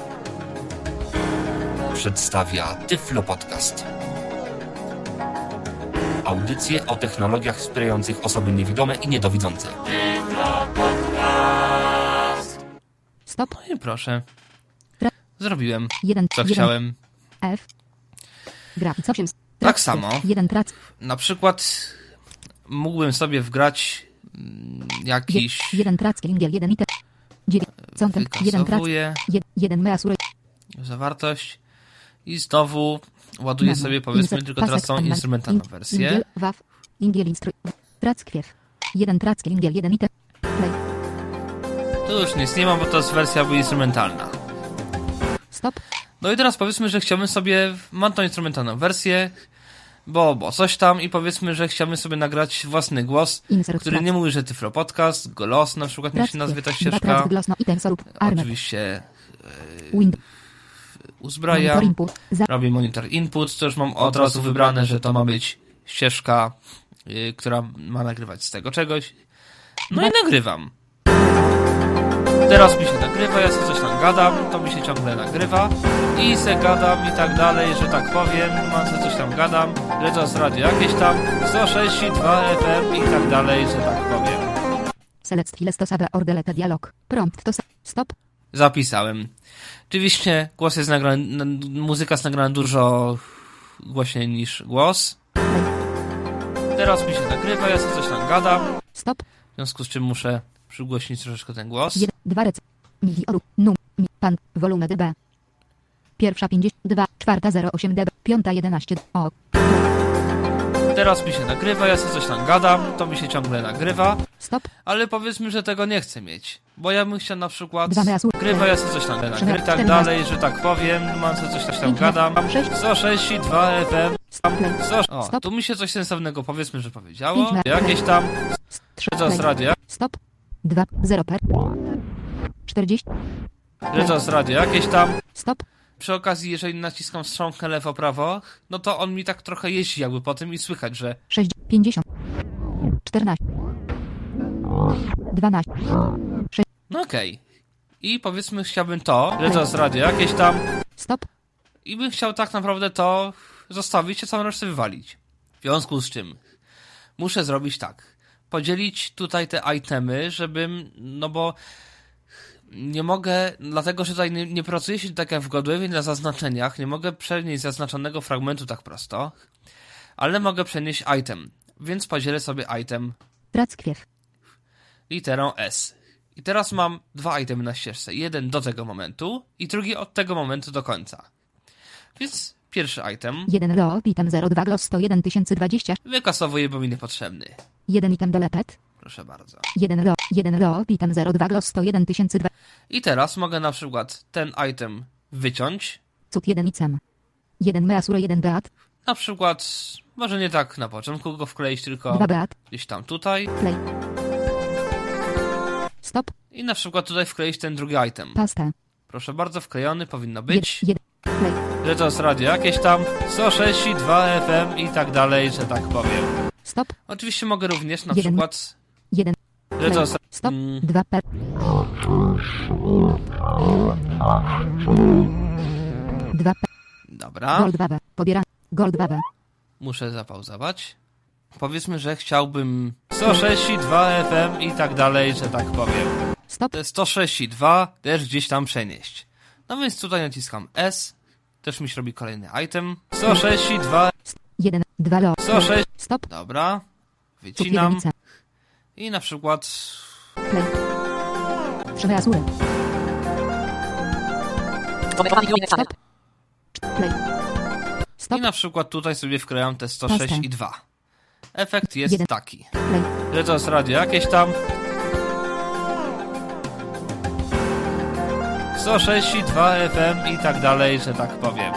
Speaker 7: przedstawia Tyflo Podcast. Audycje o technologiach wspierających osoby niewidome i niedowidzące.
Speaker 4: Stop.
Speaker 3: No i proszę. Zrobiłem.
Speaker 4: 1.
Speaker 3: Co chciałem.
Speaker 4: F. Grafik 8.
Speaker 3: Tak samo.
Speaker 4: 1 trac.
Speaker 3: Na przykład mógłbym sobie wgrać jakiś
Speaker 4: 1 trac. Ingiel 1 item. 9. Content. 1 trac. 1 measure.
Speaker 3: Zawartość. I znowu ładuję sobie powiedzmy tylko teraz tą instrumentalną wersję.
Speaker 4: Ingiel, WAV, Ingiel Trackwiew. 1 Trackie, Ingiel 1 item. Play.
Speaker 3: Tu już nic nie mam, bo to jest wersja instrumentalna.
Speaker 4: Stop.
Speaker 3: No i teraz powiedzmy, że chciałbym sobie, mam tą instrumentalną wersję, bo coś tam i powiedzmy, że chciałbym sobie nagrać własny głos, który nie mówi, że Tyflo Podcast, Golos na przykład niech się nazwie ta ścieżka. Oczywiście uzbrajam, robię monitor input, to już mam od razu wybrane, że to ma być ścieżka, która ma nagrywać z tego czegoś. No i nagrywam. Teraz mi się nagrywa, ja sobie coś tam gadam, to mi się ciągle nagrywa i se gadam i tak dalej, że tak powiem, mam sobie coś tam gadam, że to jest radio jakieś tam 106,2 FM i tak dalej, że tak powiem.
Speaker 4: Select file stosowe ordelete dialog. Prompt to stop.
Speaker 3: Zapisałem. Oczywiście głos jest nagrany, muzyka jest nagrana dużo głośniej niż głos. Teraz mi się nagrywa, ja sobie coś tam gadam.
Speaker 4: Stop.
Speaker 3: W związku z czym muszę przygłośnić troszeczkę ten głos.
Speaker 4: 2 rec. MIDI oru. Num. Pan. Volume dB. Pierwsza 52. Czwarta 08 dB. Piąta 11. O.
Speaker 3: Teraz mi się nagrywa, ja sobie coś tam gadam, to mi się ciągle nagrywa.
Speaker 4: Stop.
Speaker 3: Ale powiedzmy, że tego nie chcę mieć. Bo ja bym chciał na przykład nagrywa, ja sobie coś tam nagrywa i tak dalej, że tak powiem, mam sobie coś tam gadam. 106,2 FM. O, tu mi się coś sensownego powiedzmy, że powiedziało. Jakieś tam z radia.
Speaker 4: Stop. 2. 0 per. 40.
Speaker 3: Z radia jakieś tam.
Speaker 4: Stop.
Speaker 3: Przy okazji, jeżeli naciskam strzałkę lewo-prawo, no to on mi tak trochę jeździ jakby po tym i słychać, że
Speaker 4: 6, 50, 14, 12, 6.
Speaker 3: No okej. I powiedzmy chciałbym to, z radia jakieś tam.
Speaker 4: Stop.
Speaker 3: I bym chciał tak naprawdę to zostawić, a całą resztę wywalić. W związku z czym muszę zrobić tak. Podzielić tutaj te itemy, żebym, no bo nie mogę, dlatego że tutaj nie pracuje się tak jak w Godwave na zaznaczeniach, nie mogę przenieść zaznaczonego fragmentu tak prosto, ale mogę przenieść item, więc podzielę sobie item
Speaker 4: Trackwiew
Speaker 3: literą S. I teraz mam 2 itemy na ścieżce, jeden do tego momentu i drugi od tego momentu do końca. Więc pierwszy item
Speaker 4: 1 lo, item 02 gloss 101020
Speaker 3: wykasowuję, bo mi niepotrzebny.
Speaker 4: 1 item dolepet.
Speaker 3: Proszę bardzo.
Speaker 4: 1 lo, item 02 gloss 101020.
Speaker 3: I teraz mogę na przykład ten item wyciąć.
Speaker 4: Cud 1 item. 1 measure 1 beat.
Speaker 3: Na przykład, może nie tak na początku go wkleić, tylko
Speaker 4: 2 beat.
Speaker 3: gdzieś tam tutaj.
Speaker 4: Play. Stop.
Speaker 3: I na przykład tutaj wkleić ten drugi item.
Speaker 4: Pastę.
Speaker 3: Proszę bardzo, wklejony powinno być.
Speaker 4: 1. Play.
Speaker 3: Że to jest radio jakieś tam 106,2 FM i tak dalej, że tak powiem.
Speaker 4: Stop.
Speaker 3: Oczywiście mogę również na
Speaker 4: 1.
Speaker 3: przykład
Speaker 4: 1.
Speaker 3: Że to...
Speaker 4: Stop. 2P.
Speaker 3: Dobra.
Speaker 4: Gold Webe. Pobieranie. Gold Webe.
Speaker 3: Muszę zapauzować. Powiedzmy, że chciałbym 106,2 FM i tak dalej, że tak powiem.
Speaker 4: Stop.
Speaker 3: Te 106,2 też gdzieś tam przenieść. No więc tutaj naciskam S. Też mi się robi kolejny item. 106,2.
Speaker 4: 1, 2 lo.
Speaker 3: 106.
Speaker 4: Stop.
Speaker 3: Dobra. Wycinam.
Speaker 4: Cukiernice.
Speaker 3: I na przykład...
Speaker 4: Play. Przewyasury. Stop. Play. Stop.
Speaker 3: I na przykład tutaj sobie wklejam te 106,2. Efekt jest taki.
Speaker 4: Play.
Speaker 3: Że to jest radio jakieś tam. 106,2 FM i tak dalej, że tak powiem.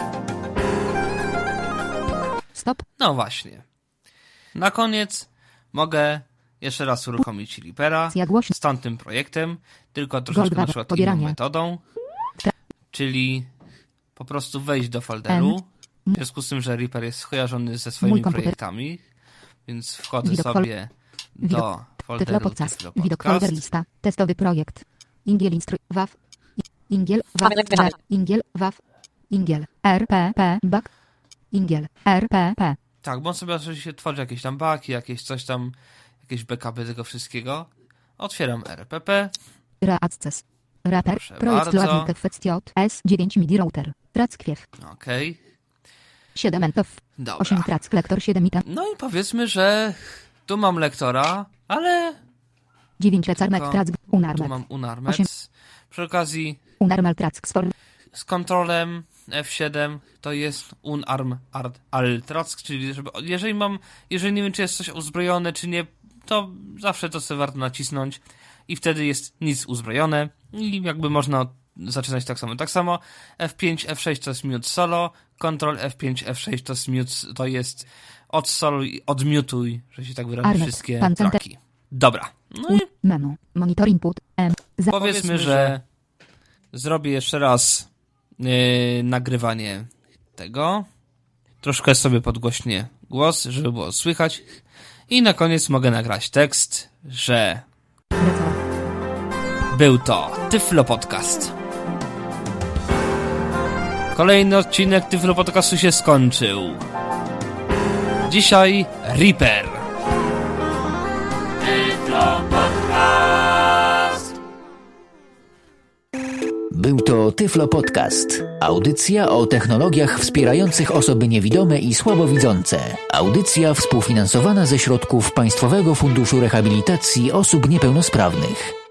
Speaker 4: Stop.
Speaker 3: No właśnie. Na koniec mogę jeszcze raz uruchomić Reapera z tamtym projektem, tylko troszeczkę na przykład inną metodą. Czyli po prostu wejść do folderu. W związku z tym, że Reaper jest skojarzony ze swoimi projektami, więc wchodzę sobie do folderu Tyflo
Speaker 4: Widok folder lista. Testowy projekt. Ingiel WAV. Ingiel WAV. Ingiel WAV. Ingiel RPP. Back. Ingiel RPP.
Speaker 3: Tak, bo on sobie oczywiście tworzy jakieś tam baki, jakieś coś tam, jakieś backupy tego wszystkiego. Otwieram RPP.
Speaker 4: Reacces. Raper.
Speaker 3: Proszę
Speaker 4: Projekt
Speaker 3: bardzo.
Speaker 4: Loading FCJ S9 MIDI router. Rackiew.
Speaker 3: Okej.
Speaker 4: 7 entof.
Speaker 3: Dobra.
Speaker 4: 8 track lektor 7 item.
Speaker 3: No i powiedzmy, że tu mam lektora, ale
Speaker 4: 9 recarmet track
Speaker 3: tu
Speaker 4: unarmet.
Speaker 3: mam unarmet.
Speaker 4: 8.
Speaker 3: Przy okazji
Speaker 4: Unarmal track store.
Speaker 3: z kontrolem F7 to jest unarm alt track, czyli jeżeli nie wiem, czy jest coś uzbrojone, czy nie, to zawsze to sobie warto nacisnąć i wtedy jest nic uzbrojone i jakby można zaczynać tak samo. Tak samo F5, F6 to jest mute solo, Ctrl F5, F6 to jest mute, to jest odsoluj i odmutuj, że się tak wyrażę, wszystkie traki. Dobra. No i
Speaker 4: Menu. Monitor input.
Speaker 3: powiedzmy, że zrobię jeszcze raz nagrywanie tego. Troszkę sobie podgłośnię głos, żeby było słychać. I na koniec mogę nagrać tekst, że był to Tyflo Podcast. Kolejny odcinek Tyflo Podcastu się skończył. Dzisiaj Reaper. Tyflo Podcast.
Speaker 2: Był to Tyflo Podcast. Audycja o technologiach wspierających osoby niewidome i słabowidzące. Audycja współfinansowana ze środków Państwowego Funduszu Rehabilitacji Osób Niepełnosprawnych.